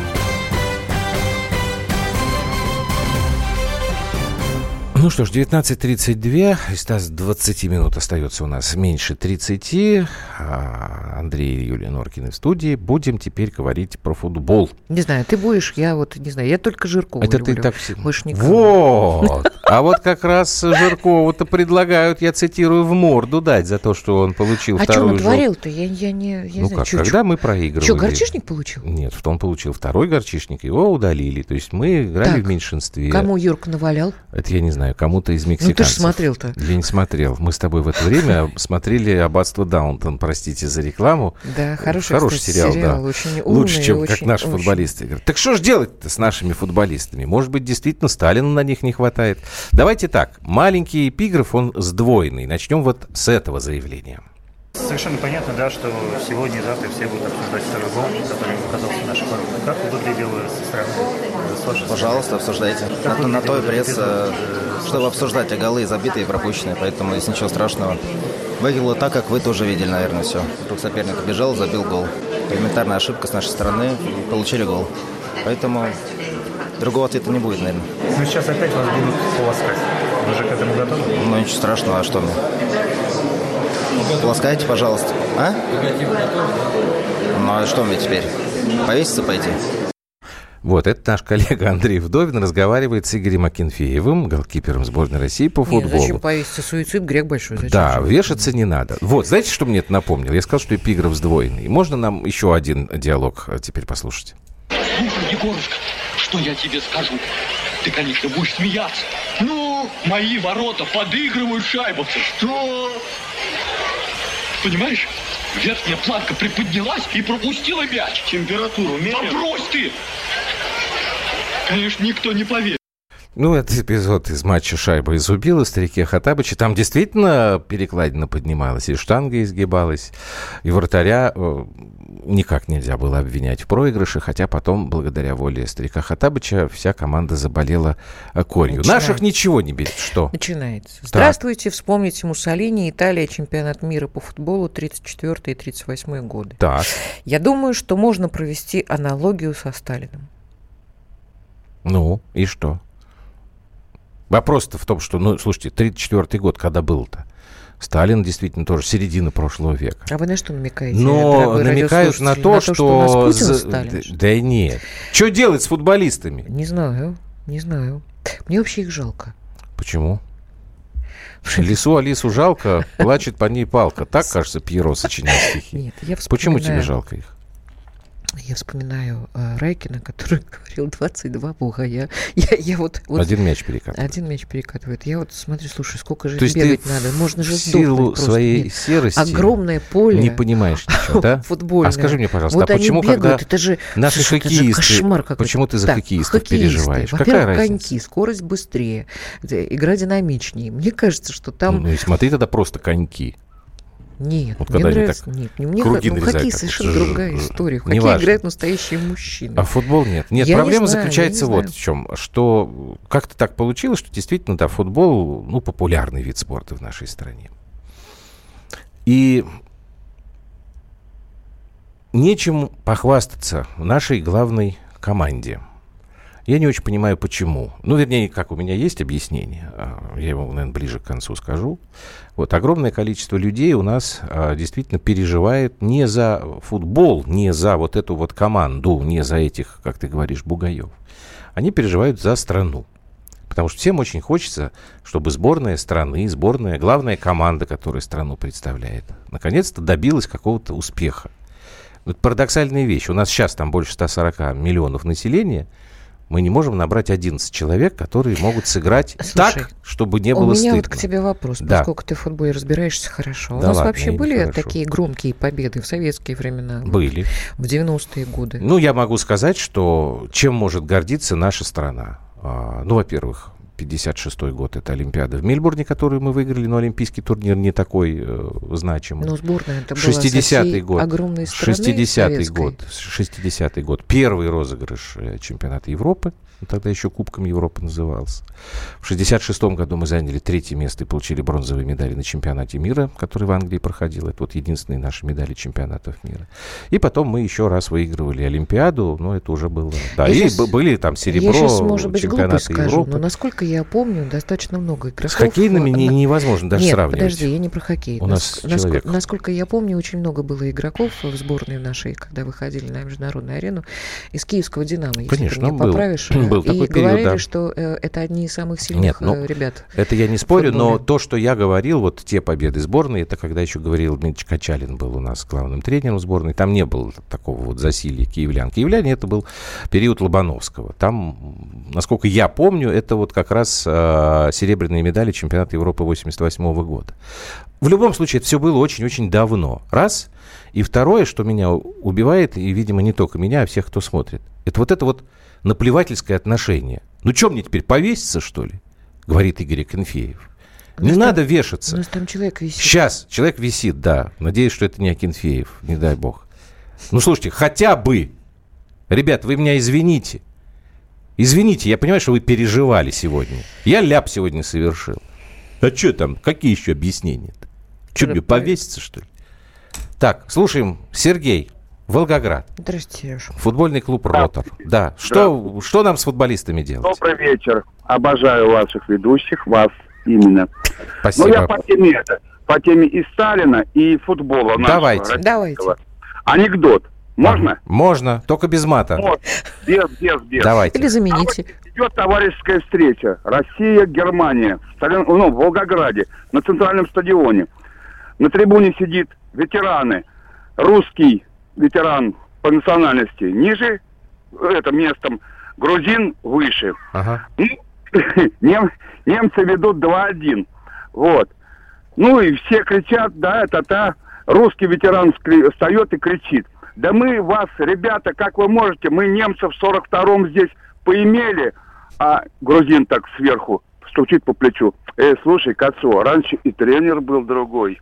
Speaker 2: Ну что ж, девятнадцать тридцать два, из двадцати минут остается у нас меньше тридцати. Андрей и Юлия Норкины в студии. Будем теперь говорить про футбол.
Speaker 3: Не знаю, ты будешь, я вот, не знаю, я только Жиркова
Speaker 2: Это
Speaker 3: люблю.
Speaker 2: ты так все...
Speaker 3: Больше никого.
Speaker 2: Вот! А вот как раз Жиркову-то предлагают, я цитирую, в морду дать за то, что он получил
Speaker 3: а
Speaker 2: вторую...
Speaker 3: А что натворил-то? Я, я не я
Speaker 2: Ну
Speaker 3: знаю,
Speaker 2: как,
Speaker 3: чё,
Speaker 2: когда
Speaker 3: чё?
Speaker 2: мы проигрывали...
Speaker 3: Что, горчишник получил?
Speaker 2: Нет, он получил второй горчишник, его удалили. То есть мы играли
Speaker 3: Так,
Speaker 2: в меньшинстве.
Speaker 3: Кому Юрка навалял?
Speaker 2: Это я не знаю, кому-то из мексиканцев.
Speaker 3: Ну ты же смотрел-то.
Speaker 2: Я не смотрел. Мы с тобой в это время смотрели «Аббатство Даунтон», простите за рекламу.
Speaker 3: Да, хороший,
Speaker 2: хороший
Speaker 3: кстати,
Speaker 2: сериал,
Speaker 3: сериал,
Speaker 2: да.
Speaker 3: очень умный,
Speaker 2: Лучше, чем
Speaker 3: очень,
Speaker 2: как наши
Speaker 3: очень...
Speaker 2: футболисты играют. Так что же делать-то с нашими футболистами? Может быть, действительно Сталина на них не хватает? Давайте так. Маленький эпиграф, он сдвоенный. Начнем вот с этого заявления.
Speaker 8: Совершенно понятно, да, что сегодня и завтра все будут обсуждать второй гол, который оказался нашей воротами. Как выглядело со стороны?
Speaker 9: Пожалуйста, обсуждайте. На, то- на то и пресс, э, чтобы обсуждать а голы забитые и пропущенные, поэтому здесь ничего страшного. Выглядело так, как вы тоже видели, наверное, все. Вдруг соперник бежал, забил гол. Элементарная ошибка с нашей стороны, получили гол. Поэтому другого ответа не будет, наверное.
Speaker 8: Ну, сейчас опять вас будут полоскать. Вы же к этому готовы?
Speaker 9: Ну, ничего страшного, а что мне? Полоскайте, пожалуйста. А? Ну, а что мне теперь? Повеситься пойти?
Speaker 2: Вот, это наш коллега Андрей Вдовин разговаривает с Игорем Акинфеевым, голкипером сборной России по футболу.
Speaker 3: Нет, зачем повеситься? Суицид, грех большой. Зачем
Speaker 2: Да,
Speaker 3: же?
Speaker 2: вешаться не надо. Вот, знаете, что мне это напомнило? Я сказал, что эпиграф сдвоенный. Можно нам еще один диалог теперь послушать?
Speaker 10: Слушай, Егорушка, что я тебе скажу? Ты, конечно, будешь смеяться. Ну, мои ворота подыгрывают шайбовцы. Что? Понимаешь? Верхняя планка приподнялась и пропустила мяч. Температуру меряют. Да брось ты! Конечно, никто не поверит.
Speaker 2: Ну, это эпизод из матча «Шайба изубила» старике Хаттабыча. Там действительно перекладина поднималась, и штанга изгибалась, и вратаря э, никак нельзя было обвинять в проигрыше, хотя потом, благодаря воле старика Хаттабыча, вся команда заболела корью.
Speaker 3: Начинается.
Speaker 2: Наших ничего не берет. Что?
Speaker 3: Начинается. Здравствуйте, вспомните Муссолини, Италия, чемпионат мира по футболу тридцать четвёртый и тридцать восьмой годы.
Speaker 2: Так.
Speaker 3: Я думаю, что можно провести аналогию со Сталиным.
Speaker 2: Ну, и что? Вопрос-то в том, что, ну, слушайте, тридцать четвёртый год, когда был-то? Сталин действительно тоже середина прошлого века.
Speaker 3: А вы на что намекаете?
Speaker 2: Но намекают на то,
Speaker 3: на
Speaker 2: что...
Speaker 3: то, что у нас Путин
Speaker 2: за...
Speaker 3: Сталин,
Speaker 2: да,
Speaker 3: что?
Speaker 2: да нет. Что делать с футболистами?
Speaker 3: Не знаю, не знаю. Мне вообще их жалко.
Speaker 2: Почему? Лису Алису жалко, плачет по ней палка. Так, кажется, Пьеро сочинял стихи.
Speaker 3: Нет, я
Speaker 2: Почему тебе жалко их?
Speaker 3: Я вспоминаю э, Райкина, который говорил двадцать два бога. Я, я, я вот, вот,
Speaker 2: один мяч перекатывает.
Speaker 3: Один мяч перекатывает. Я вот смотрю, слушай, сколько же
Speaker 2: То
Speaker 3: бегать надо. Можно же
Speaker 2: в силу
Speaker 3: просто.
Speaker 2: своей
Speaker 3: Нет.
Speaker 2: серости
Speaker 3: огромное поле.
Speaker 2: Не понимаешь ничего, да?
Speaker 3: Футбольное.
Speaker 2: А скажи мне, пожалуйста,
Speaker 3: вот
Speaker 2: а почему,
Speaker 3: бегают,
Speaker 2: когда
Speaker 3: это же,
Speaker 2: наши
Speaker 3: слушай,
Speaker 2: хоккеисты,
Speaker 3: кошмар какой-то.
Speaker 2: почему ты за
Speaker 3: так,
Speaker 2: хоккеистов
Speaker 3: хоккеисты.
Speaker 2: переживаешь?
Speaker 3: Во-первых,
Speaker 2: Какая разница?
Speaker 3: коньки, скорость быстрее, игра динамичнее. Мне кажется, что там...
Speaker 2: Ну, и смотри тогда просто коньки.
Speaker 3: Нет,
Speaker 2: вот
Speaker 3: мне нравится. Нет, мне
Speaker 2: круги
Speaker 3: ну, хоккей совершенно
Speaker 2: вот,
Speaker 3: другая история. В хоккей
Speaker 2: важно.
Speaker 3: Играют настоящие мужчины.
Speaker 2: А футбол нет. Нет,
Speaker 3: я
Speaker 2: проблема
Speaker 3: не знаю,
Speaker 2: заключается
Speaker 3: не
Speaker 2: вот
Speaker 3: знаю.
Speaker 2: в чем, что как-то так получилось, что действительно, да, футбол, ну, популярный вид спорта в нашей стране. И нечем похвастаться в нашей главной команде. Я не очень понимаю, почему. Ну, вернее, как у меня есть объяснение. Я его, наверное, ближе к концу скажу. Вот, огромное количество людей у нас а, действительно переживает не за футбол, не за вот эту вот команду, не за этих, как ты говоришь, бугаев. Они переживают за страну. Потому что всем очень хочется, чтобы сборная страны, сборная, главная команда, которая страну представляет, наконец-то добилась какого-то успеха. Вот парадоксальная вещь. У нас сейчас там больше ста сорока миллионов населения. Мы не можем набрать одиннадцать человек, которые могут сыграть Слушай, так, чтобы не было стыдно.
Speaker 3: У меня вот к тебе вопрос,
Speaker 2: да.
Speaker 3: поскольку ты в футболе разбираешься хорошо.
Speaker 2: Да
Speaker 3: У нас
Speaker 2: ладно,
Speaker 3: вообще были
Speaker 2: хорошо.
Speaker 3: такие громкие победы в советские времена?
Speaker 2: Были.
Speaker 3: В девяностые годы?
Speaker 2: Ну, я могу сказать, что чем может гордиться наша страна? Ну, во-первых, пятьдесят шестой год — это Олимпиада в Мельбурне, которую мы выиграли, но олимпийский турнир не такой э, значимый.
Speaker 3: Но сборная это была
Speaker 2: шестидесятый год,
Speaker 3: огромной страны
Speaker 2: шестидесятый год, шестидесятый год. Первый розыгрыш чемпионата Европы, тогда еще Кубком Европы назывался. В шестьдесят шестом году мы заняли третье место и получили бронзовые медали на чемпионате мира, который в Англии проходил. Это вот единственные наши медали чемпионатов мира. И потом мы еще раз выигрывали Олимпиаду, но это уже было... Да,
Speaker 3: я
Speaker 2: и
Speaker 3: сейчас,
Speaker 2: были там серебро,
Speaker 3: я сейчас, может быть,
Speaker 2: чемпионаты
Speaker 3: скажу,
Speaker 2: Европы.
Speaker 3: Но, насколько я помню, достаточно много игроков...
Speaker 2: С хоккейными не, невозможно даже
Speaker 3: Нет,
Speaker 2: сравнивать.
Speaker 3: подожди, я не про хоккей.
Speaker 2: У нас
Speaker 3: Нас,
Speaker 2: человек.
Speaker 3: Насколько я помню, очень много было игроков в сборной нашей, когда выходили на международную арену, из киевского «Динамо», если
Speaker 2: Конечно,
Speaker 3: ты меня
Speaker 2: был,
Speaker 3: поправишь.
Speaker 2: был
Speaker 3: и
Speaker 2: такой
Speaker 3: говорили,
Speaker 2: период, да.
Speaker 3: что э, это одни из самых сильных
Speaker 2: Нет, ну,
Speaker 3: э, ребят.
Speaker 2: Это я не спорю, но то, что я говорил, вот те победы сборной, это когда еще говорил Дмитрий Качалин был у нас главным тренером сборной, там не было такого вот засилья киевлян. Киевляне — это был период Лобановского. Там, насколько я помню, это вот как раз э, серебряные медали чемпионата Европы восемьдесят восьмого года. В любом случае, это все было очень-очень давно. Раз. И второе, что меня убивает, и, видимо, не только меня, а всех, кто смотрит, это вот это вот наплевательское отношение. Ну, что мне теперь, повеситься, что ли? Говорит Игорь Акинфеев. Не
Speaker 3: там,
Speaker 2: надо вешаться.
Speaker 3: У нас там человек висит.
Speaker 2: Сейчас человек висит, да. Надеюсь, что это не Акинфеев, не дай бог. Ну, слушайте, хотя бы. Ребят, вы меня извините. Извините, я понимаю, что вы переживали сегодня. Я ляп сегодня совершил. А что там? Какие еще объяснения-то? Что, мне повеситься, что ли? Так, слушаем. Сергей, Волгоград.
Speaker 3: Здравствуйте, Сереж.
Speaker 2: Футбольный клуб «Ротор». Да. Что, что нам с футболистами делать?
Speaker 11: Добрый вечер. Обожаю ваших ведущих, вас именно.
Speaker 2: Спасибо.
Speaker 11: Ну, я по теме это, по теме и Сталина, и футбола.
Speaker 2: Давайте.
Speaker 3: Давайте.
Speaker 11: Анекдот. Можно?
Speaker 2: Можно, только без мата.
Speaker 11: Вот. Без, без, без.
Speaker 2: Давайте.
Speaker 3: Или замените.
Speaker 11: Идет товарищеская встреча. Россия-Германия. В Сталин... ну, в Волгограде. На центральном стадионе. На трибуне сидит ветераны. Русский ветеран по национальности ниже, это местом, грузин выше.
Speaker 2: Ага.
Speaker 11: Ну, нем, немцы ведут два один. Вот. Ну и все кричат, да, это-та. Русский ветеран встает и кричит: да мы вас, ребята, как вы можете, мы немцев в сорок втором здесь поимели. А грузин так сверху стучит по плечу: эй, слушай, Кацо, раньше и тренер был другой.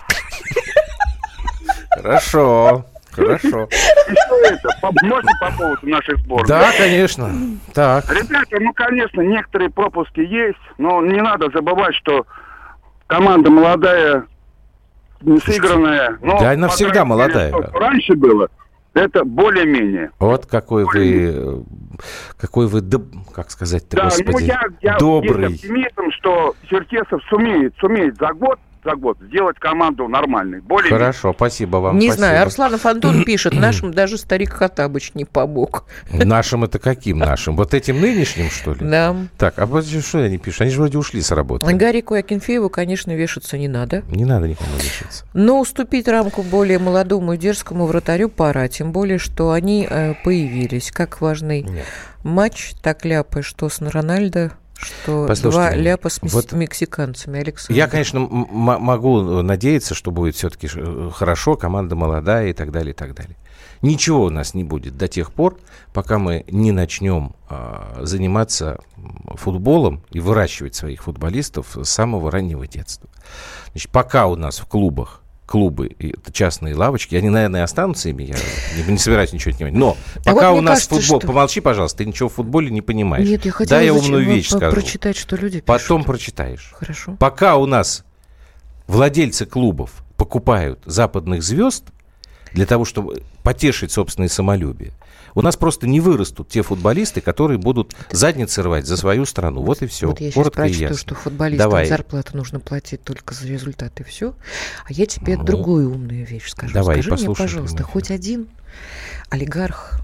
Speaker 2: Хорошо. Хорошо.
Speaker 11: И что это? Можно по поводу нашей сборной?
Speaker 2: Да, конечно. Так.
Speaker 11: Ребята, ну, конечно, некоторые пропуски есть, но не надо забывать, что команда молодая, не сыгранная. Но,
Speaker 2: да, она всегда молодая.
Speaker 11: Мере, раньше было, это более-менее.
Speaker 2: Вот какой вы, какой вы, как сказать-то,
Speaker 11: да,
Speaker 2: господи,
Speaker 11: ну, я, я
Speaker 2: добрый.
Speaker 11: есть оптимизм, что Черкесов сумеет, сумеет за год за год сделать команду нормальной. Более
Speaker 2: Хорошо, спасибо вам.
Speaker 3: Не
Speaker 2: спасибо.
Speaker 3: знаю, Арсланов Антон пишет, нашим даже старик Хаттабыч не помог.
Speaker 2: Нашим это каким нашим? Вот этим нынешним, что ли?
Speaker 3: Да.
Speaker 2: Так, а что они пишут? Они же вроде ушли с работы.
Speaker 3: Гарику и Акинфееву, конечно, вешаться не надо.
Speaker 2: Не надо никому вешаться.
Speaker 3: Но уступить рамку более молодому и дерзкому вратарю пора, тем более, что они э, появились. Как важный Нет. матч, так ляпы, что с Рональдо, что Послушайте, два ляпа с вот мексиканцами. Александр.
Speaker 2: Я, конечно, м- могу надеяться, что будет все-таки хорошо, команда молодая и так далее, и так далее. Ничего у нас не будет до тех пор, пока мы не начнем э, заниматься футболом и выращивать своих футболистов с самого раннего детства. Значит, пока у нас в клубах клубы и частные лавочки, они, наверное, останутся ими, я не, не собираюсь ничего отнимать. Но а пока вот у нас кажется, футбол... Что... Помолчи, пожалуйста, ты ничего в футболе не понимаешь.
Speaker 3: Нет, я хотела
Speaker 2: да, я умную вещь скажу.
Speaker 3: Прочитать, что люди пишут.
Speaker 2: Потом прочитаешь.
Speaker 3: Хорошо.
Speaker 2: Пока у нас владельцы клубов покупают западных звезд для того, чтобы потешить собственное самолюбие, у нас просто не вырастут те футболисты, которые будут задницы рвать за свою страну. Вот и все.
Speaker 3: Вот я
Speaker 2: коротко
Speaker 3: сейчас
Speaker 2: и
Speaker 3: прочту,
Speaker 2: ясно.
Speaker 3: что футболистам
Speaker 2: Давай.
Speaker 3: зарплату нужно платить только за результаты, и все. А я тебе
Speaker 2: ну,
Speaker 3: другую умную вещь скажу.
Speaker 2: Давай,
Speaker 3: Скажи мне, пожалуйста,
Speaker 2: прямой.
Speaker 3: хоть один олигарх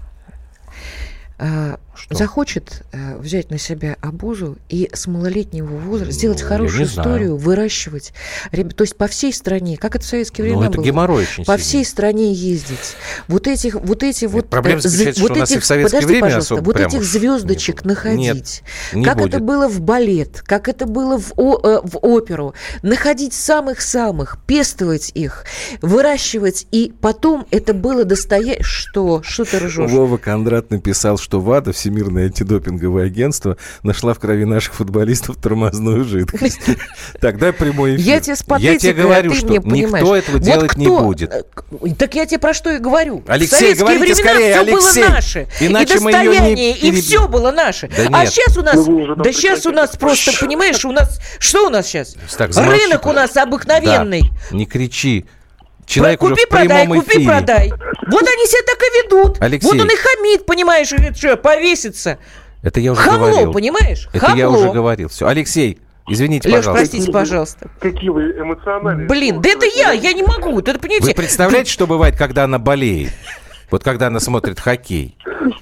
Speaker 3: э, захочет э, взять на себя обузу и с малолетнего возраста ну, сделать хорошую историю, выращивать. То есть по всей стране, как это в советские времена
Speaker 2: ну, это
Speaker 3: было,
Speaker 2: геморрой очень
Speaker 3: по
Speaker 2: сильный.
Speaker 3: всей стране ездить. Вот этих, вот эти вот...
Speaker 2: Проблема заключается,
Speaker 3: вот
Speaker 2: что у нас
Speaker 3: этих,
Speaker 2: и в советское
Speaker 3: подожди,
Speaker 2: время
Speaker 3: пожалуйста,
Speaker 2: особо
Speaker 3: вот
Speaker 2: прям
Speaker 3: этих звездочек находить.
Speaker 2: Нет, не
Speaker 3: как
Speaker 2: будет.
Speaker 3: это было в балет, как это было в, о, э, в оперу. Находить самых-самых, пестовать их, выращивать, и потом это было достоя... Что? Что ты ржешь?
Speaker 2: Вова Кондрат написал, что ВАДА, Всемирное антидопинговое агентство, нашла в крови наших футболистов тормозную жидкость. Тогда прямой эфир.
Speaker 3: Я тебе с патетикой,
Speaker 2: Я тебе говорю,
Speaker 3: а ты
Speaker 2: что
Speaker 3: мне
Speaker 2: никто
Speaker 3: понимаешь.
Speaker 2: этого делать
Speaker 3: вот
Speaker 2: не будет.
Speaker 3: Так я тебе про что и говорю.
Speaker 2: Алексей,
Speaker 3: в советские времена
Speaker 2: скорее,
Speaker 3: все
Speaker 2: Алексей,
Speaker 3: было наше.
Speaker 2: Иначе
Speaker 3: и достояние,
Speaker 2: не
Speaker 3: и все было наше.
Speaker 2: Да
Speaker 3: а
Speaker 2: нет.
Speaker 3: сейчас у нас,
Speaker 6: Ну,
Speaker 3: да сейчас у нас просто, понимаешь, у нас, что у нас сейчас?
Speaker 2: Так, замолчи,
Speaker 3: Рынок у нас обыкновенный.
Speaker 2: Да, не кричи. Человек
Speaker 3: купи,
Speaker 2: уже в
Speaker 3: продай,
Speaker 2: прямом
Speaker 3: купи,
Speaker 2: эфире.
Speaker 3: продай. Вот они себя так и ведут.
Speaker 2: Алексей.
Speaker 3: Вот он и хамит, понимаешь, и говорит, что, повесится.
Speaker 2: Это я уже
Speaker 3: Хамло,
Speaker 2: говорил.
Speaker 3: понимаешь?
Speaker 2: Это
Speaker 3: Хамло.
Speaker 2: я уже говорил. Все, Алексей, извините,
Speaker 3: Леш,
Speaker 2: пожалуйста.
Speaker 3: простите, пожалуйста.
Speaker 6: Какие вы эмоциональные.
Speaker 3: Блин, да это я, я не могу. Это, понимаете,
Speaker 2: Вы представляете, что бывает, когда она болеет? Вот когда она смотрит хоккей.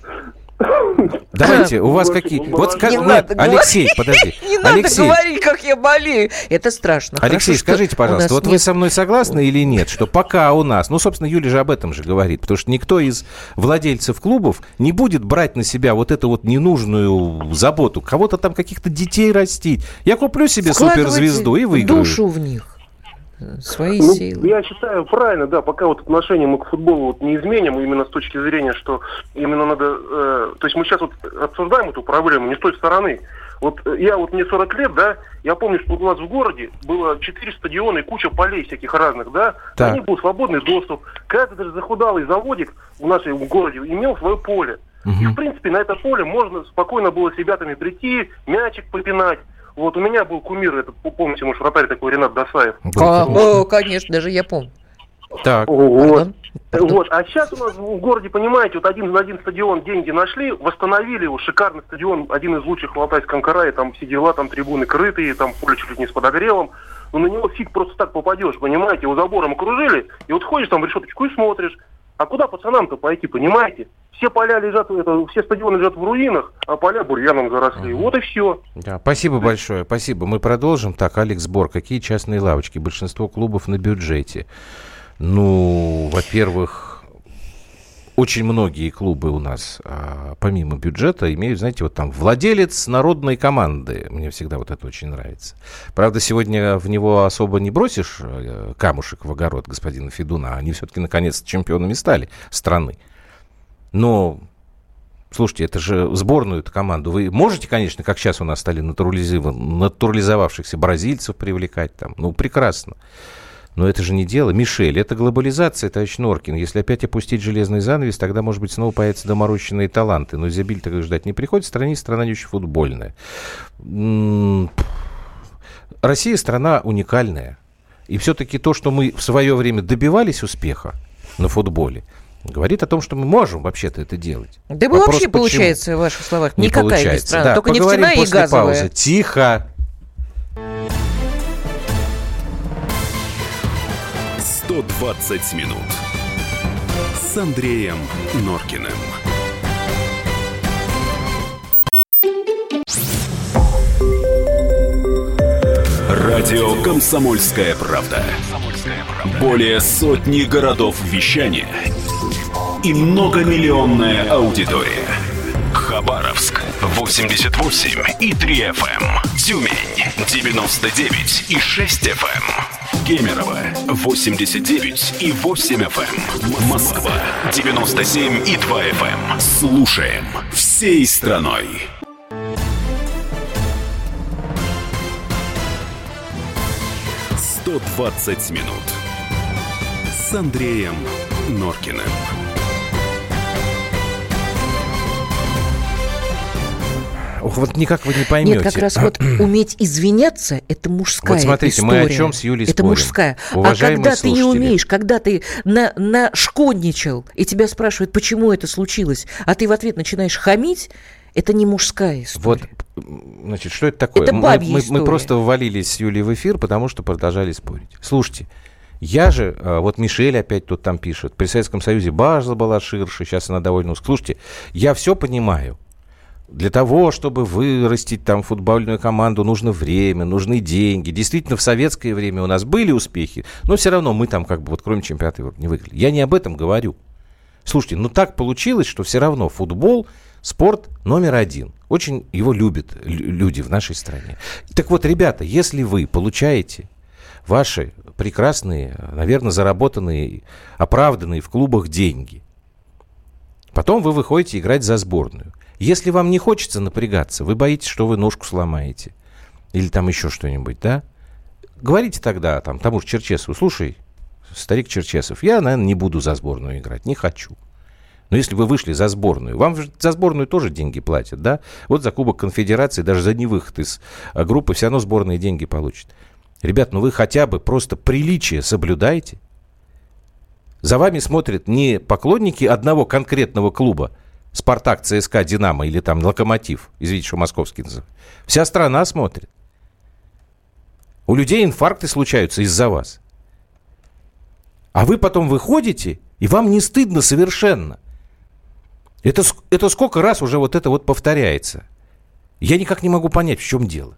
Speaker 2: Давайте, у вас какие... Вот скажи, нет, Алексей, подожди.
Speaker 3: Не надо
Speaker 2: Алексей,
Speaker 3: говорить, как я болею. Это страшно.
Speaker 2: Алексей,
Speaker 3: Хорошо,
Speaker 2: скажите, пожалуйста, вот
Speaker 3: нет...
Speaker 2: вы со мной согласны или нет, что пока у нас, ну, собственно, Юля же об этом же говорит, потому что никто из владельцев клубов не будет брать на себя вот эту вот ненужную заботу, кого-то там каких-то детей растить. Я куплю себе суперзвезду и выиграю.
Speaker 3: Душу в них. Свои
Speaker 6: ну,
Speaker 3: силы.
Speaker 6: Я считаю правильно, да, пока вот отношение мы к футболу вот не изменим, именно с точки зрения, что именно надо, э, то есть мы сейчас вот обсуждаем эту проблему не с той стороны. Вот я вот мне сорок лет, да, я помню, что у нас в городе было четыре стадиона и куча полей всяких разных, да,
Speaker 2: так.
Speaker 6: на них был свободный доступ. Каждый даже захудалый заводик в нашем городе имел свое поле. Угу. И в принципе на это поле можно спокойно было с ребятами прийти, мячик попинать. Вот у меня был кумир, этот, помните, может, вратарь такой, Ренат Досаев.
Speaker 3: А, о, конечно, даже я помню.
Speaker 2: Так.
Speaker 6: Вот.
Speaker 3: Пардон. Пардон.
Speaker 6: Вот. А сейчас у нас в городе, понимаете, вот один на один стадион деньги нашли, восстановили его, шикарный стадион, один из лучших в Алтайском крае, там все дела, там трибуны крытые, там поле чуть ли не с подогревом. Но на него фиг просто так попадешь, понимаете, его забором окружили, и вот ходишь там в решеточку и смотришь. А куда пацанам-то пойти, понимаете? Все поля лежат, это, все стадионы лежат в руинах, а поля бурьяном заросли. Uh-huh. Вот и все.
Speaker 2: Да, спасибо большое, спасибо. Мы продолжим. Так, Алекс Бор, какие частные лавочки? Большинство клубов на бюджете. Ну, во-первых, очень многие клубы у нас, а, помимо бюджета, имеют, знаете, вот там владелец народной команды. Мне всегда вот это очень нравится. Правда, сегодня в него особо не бросишь камушек в огород господина Федуна. Они все-таки, наконец, чемпионами стали страны. Но, слушайте, это же сборную эту команду. Вы можете, конечно, как сейчас у нас стали натурализовавшихся бразильцев привлекать там. Ну, прекрасно. Но это же не дело. Мишель, это глобализация, товарищ Норкин. Если опять опустить железный занавес, тогда, может быть, снова появятся доморощенные таланты. Но Изобиль так ждать не приходит. Страна, страна не очень футбольная. Россия страна уникальная. И все-таки то, что мы в свое время добивались успеха на футболе, говорит о том, что мы можем вообще-то это делать.
Speaker 3: Да вы вообще, почему? Получается, в ваших словах,
Speaker 2: не
Speaker 3: никакая
Speaker 2: получается.
Speaker 3: без страны,
Speaker 2: да,
Speaker 3: только нефтяная и газовая.
Speaker 2: Паузы. Тихо.
Speaker 1: сто двадцать минут с Андреем Норкиным. Радио «Комсомольская правда». Более сотни городов вещания и многомиллионная аудитория. Хабаровск восемьдесят восемь и три эф эм, Тюмень девяносто девять и шесть эф эм, Кемерово восемьдесят девять и восемь эф эм, Москва девяносто семь и два эф эм. Слушаем всей страной. сто двадцать минут с Андреем Норкиным.
Speaker 2: Ох, вот никак вы не поймете.
Speaker 3: Нет, как раз вот уметь извиняться – это мужская история.
Speaker 2: Вот смотрите,
Speaker 3: история.
Speaker 2: мы о чем с Юлей
Speaker 3: это
Speaker 2: спорим.
Speaker 3: Мужская.
Speaker 2: Уважаемые
Speaker 3: а когда
Speaker 2: слушатели.
Speaker 3: ты не умеешь, когда ты на, нашкодничал, и тебя спрашивают, почему это случилось, а ты в ответ начинаешь хамить, это не мужская история.
Speaker 2: Вот, значит, что это такое?
Speaker 3: Это бабья
Speaker 2: мы, мы,
Speaker 3: история.
Speaker 2: мы просто ввалились с Юлей в эфир, потому что продолжали спорить. Слушайте, я же, вот Мишель опять тут там пишет, при Советском Союзе база была ширше, сейчас она довольно узкая. Слушайте, я все понимаю. Для того, чтобы вырастить там футбольную команду, нужно время, нужны деньги. Действительно, в советское время у нас были успехи, но все равно мы там как бы вот кроме чемпионата Европы не выиграли. Я не об этом говорю. Слушайте, ну так получилось, что все равно футбол – спорт номер один. Очень его любят люди в нашей стране. Так вот, ребята, если вы получаете ваши прекрасные, наверное, заработанные, оправданные в клубах деньги, потом вы выходите играть за сборную. Если вам не хочется напрягаться, вы боитесь, что вы ножку сломаете или там еще что-нибудь, да? Говорите тогда там тому же Черчесову: слушай, старик Черчесов, я, наверное, не буду за сборную играть, не хочу. Но если вы вышли за сборную, вам же за сборную тоже деньги платят, да? Вот за Кубок Конфедерации, даже за невыход из группы, все равно сборные деньги получат. Ребят, ну вы хотя бы просто приличие соблюдайте. За вами смотрят не поклонники одного конкретного клуба, Спартак, ЦСКА, Динамо или там Локомотив, извините, что московский называют. Вся страна смотрит. У людей инфаркты случаются из-за вас. А вы потом выходите, и вам не стыдно совершенно. Это, это сколько раз уже вот это вот повторяется? Я никак не могу понять, в чем дело.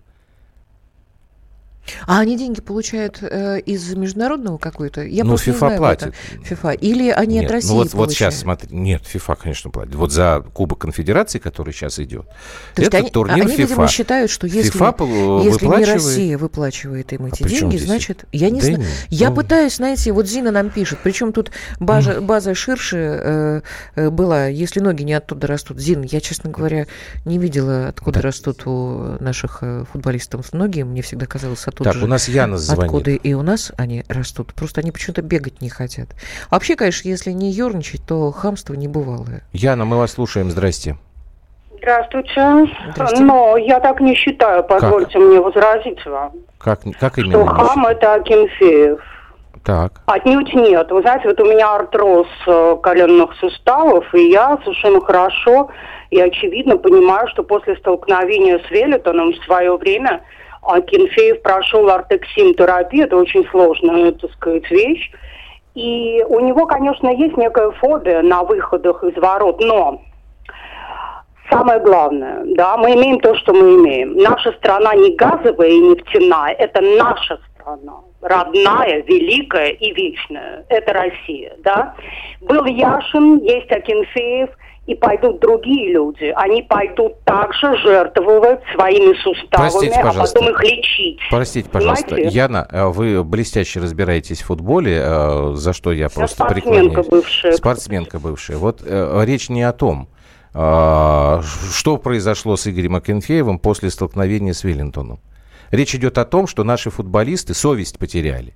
Speaker 3: А они деньги получают э, из международного какой-то? Я
Speaker 2: ну,
Speaker 3: просто
Speaker 2: FIFA
Speaker 3: не знаю,
Speaker 2: платит.
Speaker 3: FIFA. Или они
Speaker 2: Нет,
Speaker 3: от России
Speaker 2: ну вот,
Speaker 3: получают?
Speaker 2: Вот сейчас, смотри, нет, FIFA, конечно, платит. Вот за Кубок Конфедерации, который сейчас идет,
Speaker 3: То
Speaker 2: это
Speaker 3: они,
Speaker 2: турнир
Speaker 3: они,
Speaker 2: FIFA.
Speaker 3: видимо, считают, что если,
Speaker 2: FIFA
Speaker 3: если
Speaker 2: выплачивает...
Speaker 3: не Россия выплачивает им эти
Speaker 2: а
Speaker 3: деньги, значит... Я не
Speaker 2: да
Speaker 3: знаю.
Speaker 2: Нет,
Speaker 3: я
Speaker 2: ну...
Speaker 3: пытаюсь, знаете, вот Зина нам пишет, причем тут база, база ширше э, была, если ноги не оттуда растут. Зин, я, честно говоря, не видела, откуда да. растут у наших футболистов ноги. Мне всегда казалось, оттуда
Speaker 2: так,
Speaker 3: же,
Speaker 2: у нас Яна звонит.
Speaker 3: Откуда и у нас они растут. Просто они почему-то бегать не хотят. Вообще, конечно, если не ерничать, то хамство небывалое.
Speaker 2: Яна, мы вас слушаем. Здрасте.
Speaker 12: Здравствуйте. Здравствуйте. Но я так не считаю. Позвольте
Speaker 2: как?
Speaker 12: мне возразить вам.
Speaker 2: Как, как именно?
Speaker 12: Что хам – это Акинфеев.
Speaker 2: Так.
Speaker 12: Отнюдь нет. Вы знаете, вот у меня артроз коленных суставов, и я совершенно хорошо и очевидно понимаю, что после столкновения с Веллитоном в свое время Акинфеев прошел ортексин-терапию, это очень сложная, так сказать, вещь. И у него, конечно, есть некая фобия на выходах из ворот, но самое главное, да, мы имеем то, что мы имеем. Наша страна не газовая и нефтяная, это наша страна, родная, великая и вечная. Это Россия, да. Был Яшин, есть Акинфеев, и пойдут другие люди. Они пойдут также жертвовать своими суставами, Простите, а потом их лечить.
Speaker 2: Простите, пожалуйста.
Speaker 12: Понимаете?
Speaker 2: Яна, вы блестяще разбираетесь в футболе, за что я, я просто
Speaker 12: преклоняюсь.
Speaker 2: Спортсменка бывшая. Спортсменка бывшая. Вот речь не о том, что произошло с Игорем Акинфеевым после столкновения с Веллитоном. Речь идет о том, что наши футболисты совесть потеряли.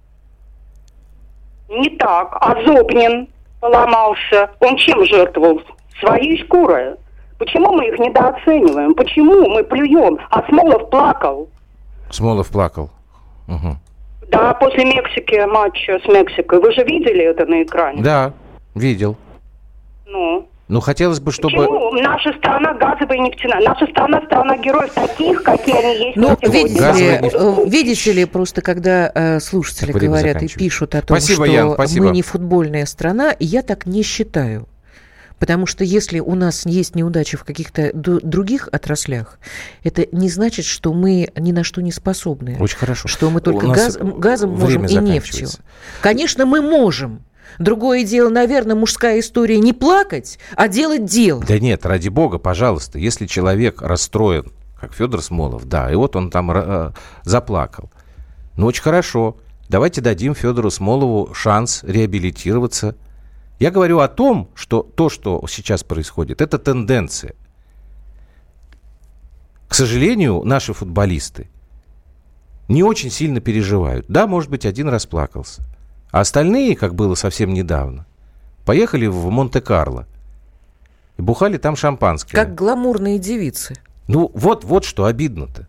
Speaker 12: Не так. А Зобнин поломался. Он чем жертвовал? Своей шкурой. Почему мы их недооцениваем? Почему мы плюем? А Смолов плакал.
Speaker 2: Смолов плакал. Угу.
Speaker 12: Да, после Мексики, матча с Мексикой. Вы же видели это на экране?
Speaker 2: Да, видел.
Speaker 12: Ну,
Speaker 2: Ну, хотелось бы, чтобы...
Speaker 12: Почему наша страна газовая и нефтяная? Наша страна страна героев таких, какие они есть.
Speaker 3: Ну, видите ли,
Speaker 2: нефть...
Speaker 3: видите ли, просто когда э, слушатели говорят и пишут о том,
Speaker 2: спасибо,
Speaker 3: что
Speaker 2: Ян, спасибо.
Speaker 3: мы не футбольная страна, я так не считаю. Потому что если у нас есть неудачи в каких-то д- других отраслях, это не значит, что мы ни на что не способны.
Speaker 2: Очень хорошо.
Speaker 3: Что мы только газ, газом можем и нефтью. Конечно, мы можем. Другое дело, наверное, мужская история не плакать, а делать дело.
Speaker 2: Да нет, ради бога, пожалуйста, если человек расстроен, как Федор Смолов, да, и вот он там э, заплакал. Ну, очень хорошо. Давайте дадим Федору Смолову шанс реабилитироваться. Я говорю о том, что то, что сейчас происходит, это тенденция. К сожалению, наши футболисты не очень сильно переживают. Да, может быть, один расплакался. А остальные, как было совсем недавно, поехали в Монте-Карло и бухали там шампанское.
Speaker 3: Как гламурные девицы.
Speaker 2: Ну, вот, вот что обидно-то.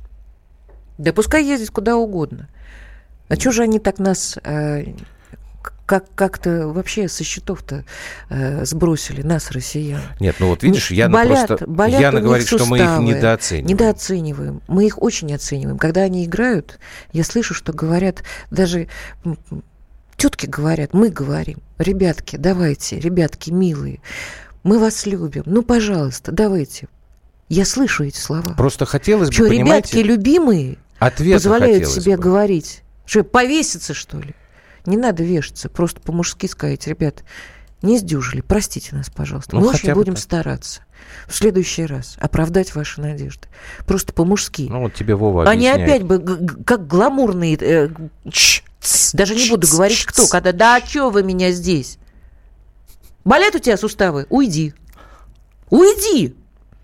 Speaker 3: Да пускай ездят куда угодно. А что же они так нас э, как, как-то вообще со счетов-то э, сбросили, нас, россиян?
Speaker 2: Нет, ну вот видишь, Яна
Speaker 3: болят,
Speaker 2: просто...
Speaker 3: Болят
Speaker 2: Яна говорит,
Speaker 3: суставы.
Speaker 2: что мы их недооцениваем.
Speaker 3: Недооцениваем. Мы их очень оцениваем. Когда они играют, я слышу, что говорят даже... Тетки говорят, мы говорим, ребятки, давайте, ребятки милые, мы вас любим, ну, пожалуйста, давайте. Я слышу эти слова.
Speaker 2: Просто хотелось бы,
Speaker 3: что,
Speaker 2: понимаете...
Speaker 3: ребятки любимые позволяют себе бы. говорить. Что, повеситься, что ли? Не надо вешаться, просто по-мужски сказать, ребят, не сдюжили, простите нас, пожалуйста. Ну, мы очень будем так. стараться в следующий раз оправдать ваши надежды. Просто по-мужски.
Speaker 2: Ну, вот тебе Вова объясняет.
Speaker 3: Они опять бы, как гламурные... Э, Даже не буду говорить, кто, когда, да, а чё вы меня здесь? Болят у тебя суставы? Уйди. Уйди.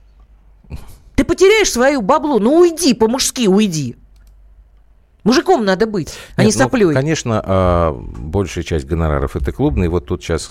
Speaker 3: Ты потеряешь свою бабло, ну уйди, по-мужски уйди. Мужиком надо быть, а Нет, не соплей.
Speaker 2: Ну, конечно, большая часть гонораров это клубные. Вот тут сейчас...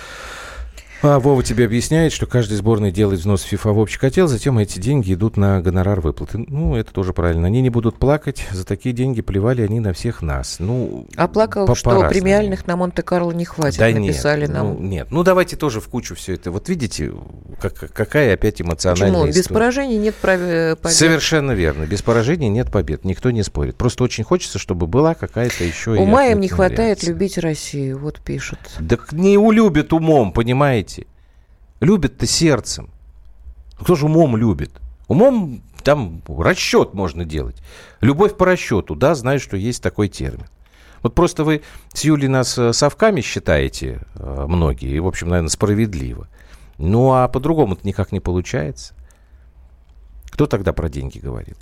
Speaker 2: А Вова тебе объясняет, что каждая сборная делает взнос в ФИФА в общий котел, затем эти деньги идут на гонорар выплаты. Ну, это тоже правильно. Они не будут плакать, за такие деньги плевали они на всех нас. Ну,
Speaker 3: а плакал, по- что по-разному. Премиальных на Монте-Карло не хватит, да написали
Speaker 2: нет,
Speaker 3: нам.
Speaker 2: Ну, нет, ну давайте тоже в кучу все это. Вот видите, как, какая опять эмоциональная
Speaker 3: Почему?
Speaker 2: история.
Speaker 3: Без поражений нет побед.
Speaker 2: Совершенно верно. Без поражений нет побед. Никто не спорит. Просто очень хочется, чтобы была какая-то еще...
Speaker 3: Ума им не хватает реакция. Любить Россию, вот пишут.
Speaker 2: Да не улюбят умом, понимаете? Любят-то сердцем. Кто же умом любит? Умом там расчет можно делать. Любовь по расчету, да, знаю, что есть такой термин. Вот просто вы с Юлей нас совками считаете, многие, и, в общем, наверное, справедливо. Ну, а по-другому-то никак не получается. Кто тогда про деньги говорит?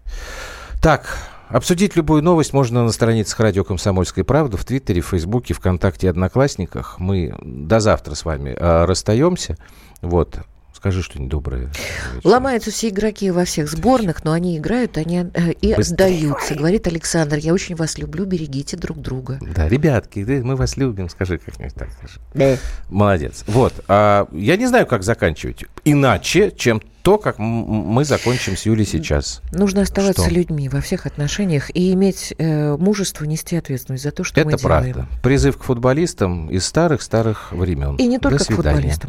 Speaker 2: Так, обсудить любую новость можно на страницах радио «Комсомольская правда», в Твиттере, в Фейсбуке, ВКонтакте и Одноклассниках. Мы до завтра с вами э, расстаемся. Вот. Скажи что-нибудь доброе.
Speaker 3: Ломаются все игроки во всех сборных, но они играют, они э, и Быстрее. сдаются. Говорит Александр, я очень вас люблю, берегите друг друга.
Speaker 2: Да, ребятки, мы вас любим. Скажи как-нибудь так. Скажи. Да. Молодец. Вот. А, я не знаю, как заканчивать. Иначе, чем то, как мы закончим с Юлей сейчас.
Speaker 3: Нужно оставаться
Speaker 2: что?
Speaker 3: людьми во всех отношениях и иметь э, мужество нести ответственность за то, что
Speaker 2: Это
Speaker 3: мы делаем.
Speaker 2: Это правда. Призыв к футболистам из старых-старых времен.
Speaker 3: И не только
Speaker 2: До
Speaker 3: к
Speaker 2: свидания.
Speaker 3: футболистам.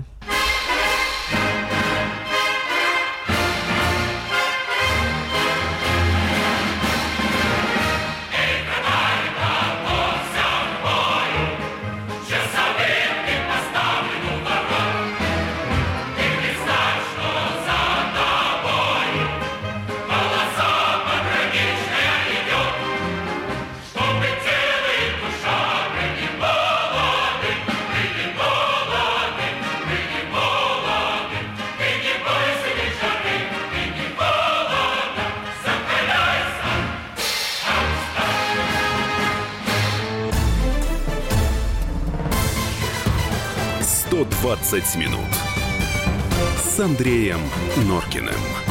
Speaker 1: сто двадцать минут с Андреем Норкиным.